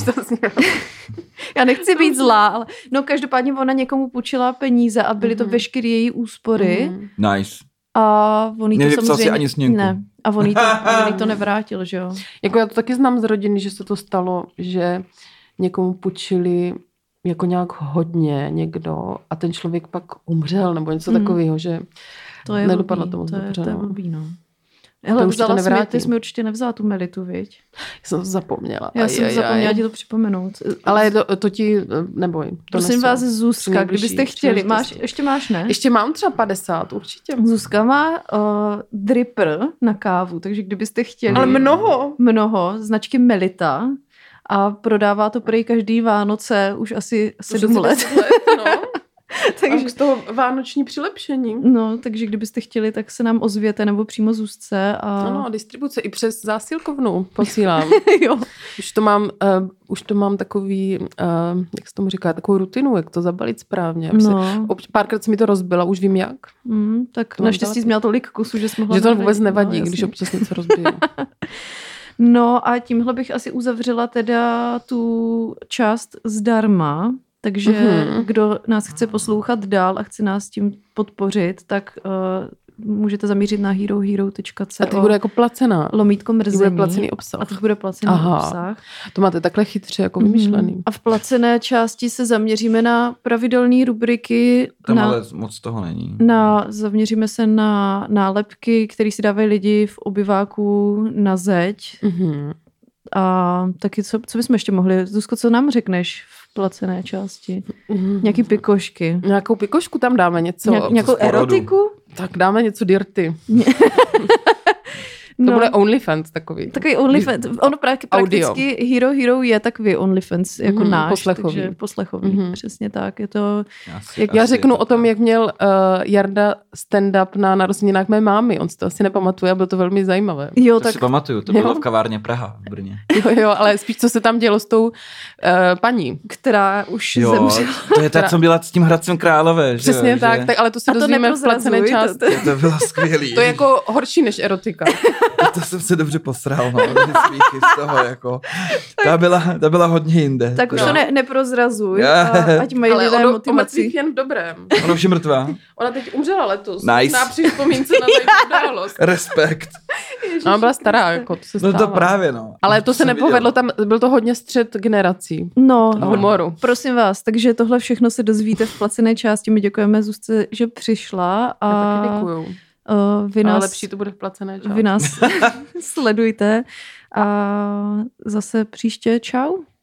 já nechci být zlá, ale no každopádně ona někomu půjčila peníze a byly mm-hmm. to veškeré její úspory. Mm-hmm. Nice. A on jí to Nevypsal samozřejmě... si ani sněnku. Ne. A on jí to, on jí to nevrátil, že jo. Jako já to taky znám z rodiny, že se to stalo, že někomu půjčili jako nějak hodně někdo a ten člověk pak umřel nebo něco mm. takového, že to je nedopadlo blbý, to moc to je, dobře. To je no. blbý, no. Hele, už to jsi mi, ty jsi mi určitě nevzala tu Melitu, viď? Já jsem to zapomněla. Já aj, jsem aj, zapomněla aj. ti to připomenout. Ale to, to ti, neboj. To Prosím nesu. vás, Zuzka, kdybyste chtěli, máš, ještě máš, ne? Ještě mám třeba padesát, určitě. Zuzka má uh, dripper na kávu, takže kdybyste chtěli... Ale mnoho. Mnoho, značky Melita a prodává to prej každý Vánoce už asi sedm let. let no. Takže z toho vánoční přilepšení. No, takže kdybyste chtěli, tak se nám ozvěte nebo přímo Zuzce. A... Ano, distribuce i přes zásilkovnu posílám. Jo. Už to mám, uh, už to mám takový, uh, jak se tomu říká, takovou rutinu, jak to zabalit správně. No. Se, párkrát se mi to rozbila, už vím jak. Mm, tak naštěstí jsi měla tolik kusů, že jsme mohla... Že to nahradit. vůbec nevadí, No, když občas něco rozbiju. No a tímhle bych asi uzavřela teda tu část zdarma. Takže mm-hmm. kdo nás chce poslouchat dál a chce nás tím podpořit, tak uh, můžete zamířit na herohero tečka co. A teď bude jako placená. Lomítko mrzení. Bude placený obsah. A teď bude placený Aha. obsah. To máte takhle chytře jako vymyšlený. Mm. A v placené části se zaměříme na pravidelné rubriky. Tam na, ale moc toho není. Na, zaměříme se na nálepky, které si dávají lidi v obyváku na zeď. Mm-hmm. A taky, co, co bychom ještě mohli? Zuzko, co nám řekneš v placené části? Mm. Nějaký pikošky. Nějakou pikošku tam dáme něco. Nějak, nějakou erotiku? Tak dáme něco dirty. To no. bude OnlyFans takový. Takový OnlyFans. Ono pra- prakticky Hero Hero je takový OnlyFans jako mm, náš. Poslechový. Takže poslechový, mm-hmm. přesně tak. Je to... Asi, jak já řeknu o tom, jak měl uh, Jarda stand-up na narozeninách mé mámy. On si to asi nepamatuje a bylo to velmi zajímavé. Jo, to tak... si pamatuju, to jo. bylo v kavárně Praha v Brně. Jo, jo, ale spíš co se tam dělo s tou uh, paní. Která už jo, zemřela. To je ta, co byla s tím Hradcem Králové. Přesně že? tak, tak, ale to se dozvíme v placené části. To, to bylo skvělý. To je jako horší než erotika. To jsem se dobře posral, no, z toho, jako. Ta byla, ta byla hodně jinde. Tak už no. to ne, neprozrazuj, a ať mají ale lidé ono, motivaci. Ale jen v dobrém. Ona už je mrtvá. Ona teď umřela letos. Nice. Na připomínce na její událost. Respekt. Ona byla stará, jako to se stává. No to právě, no. Ale to se nepovedlo, tam byl to hodně střet generací. No, a humoru. Prosím vás, takže tohle všechno se dozvíte v placené části. My děkujeme Zuzce, že přišla. A Já taky děkuju. Uh, vy nás, ale lepší to bude v placené části. Vy nás sledujte a zase příště čau.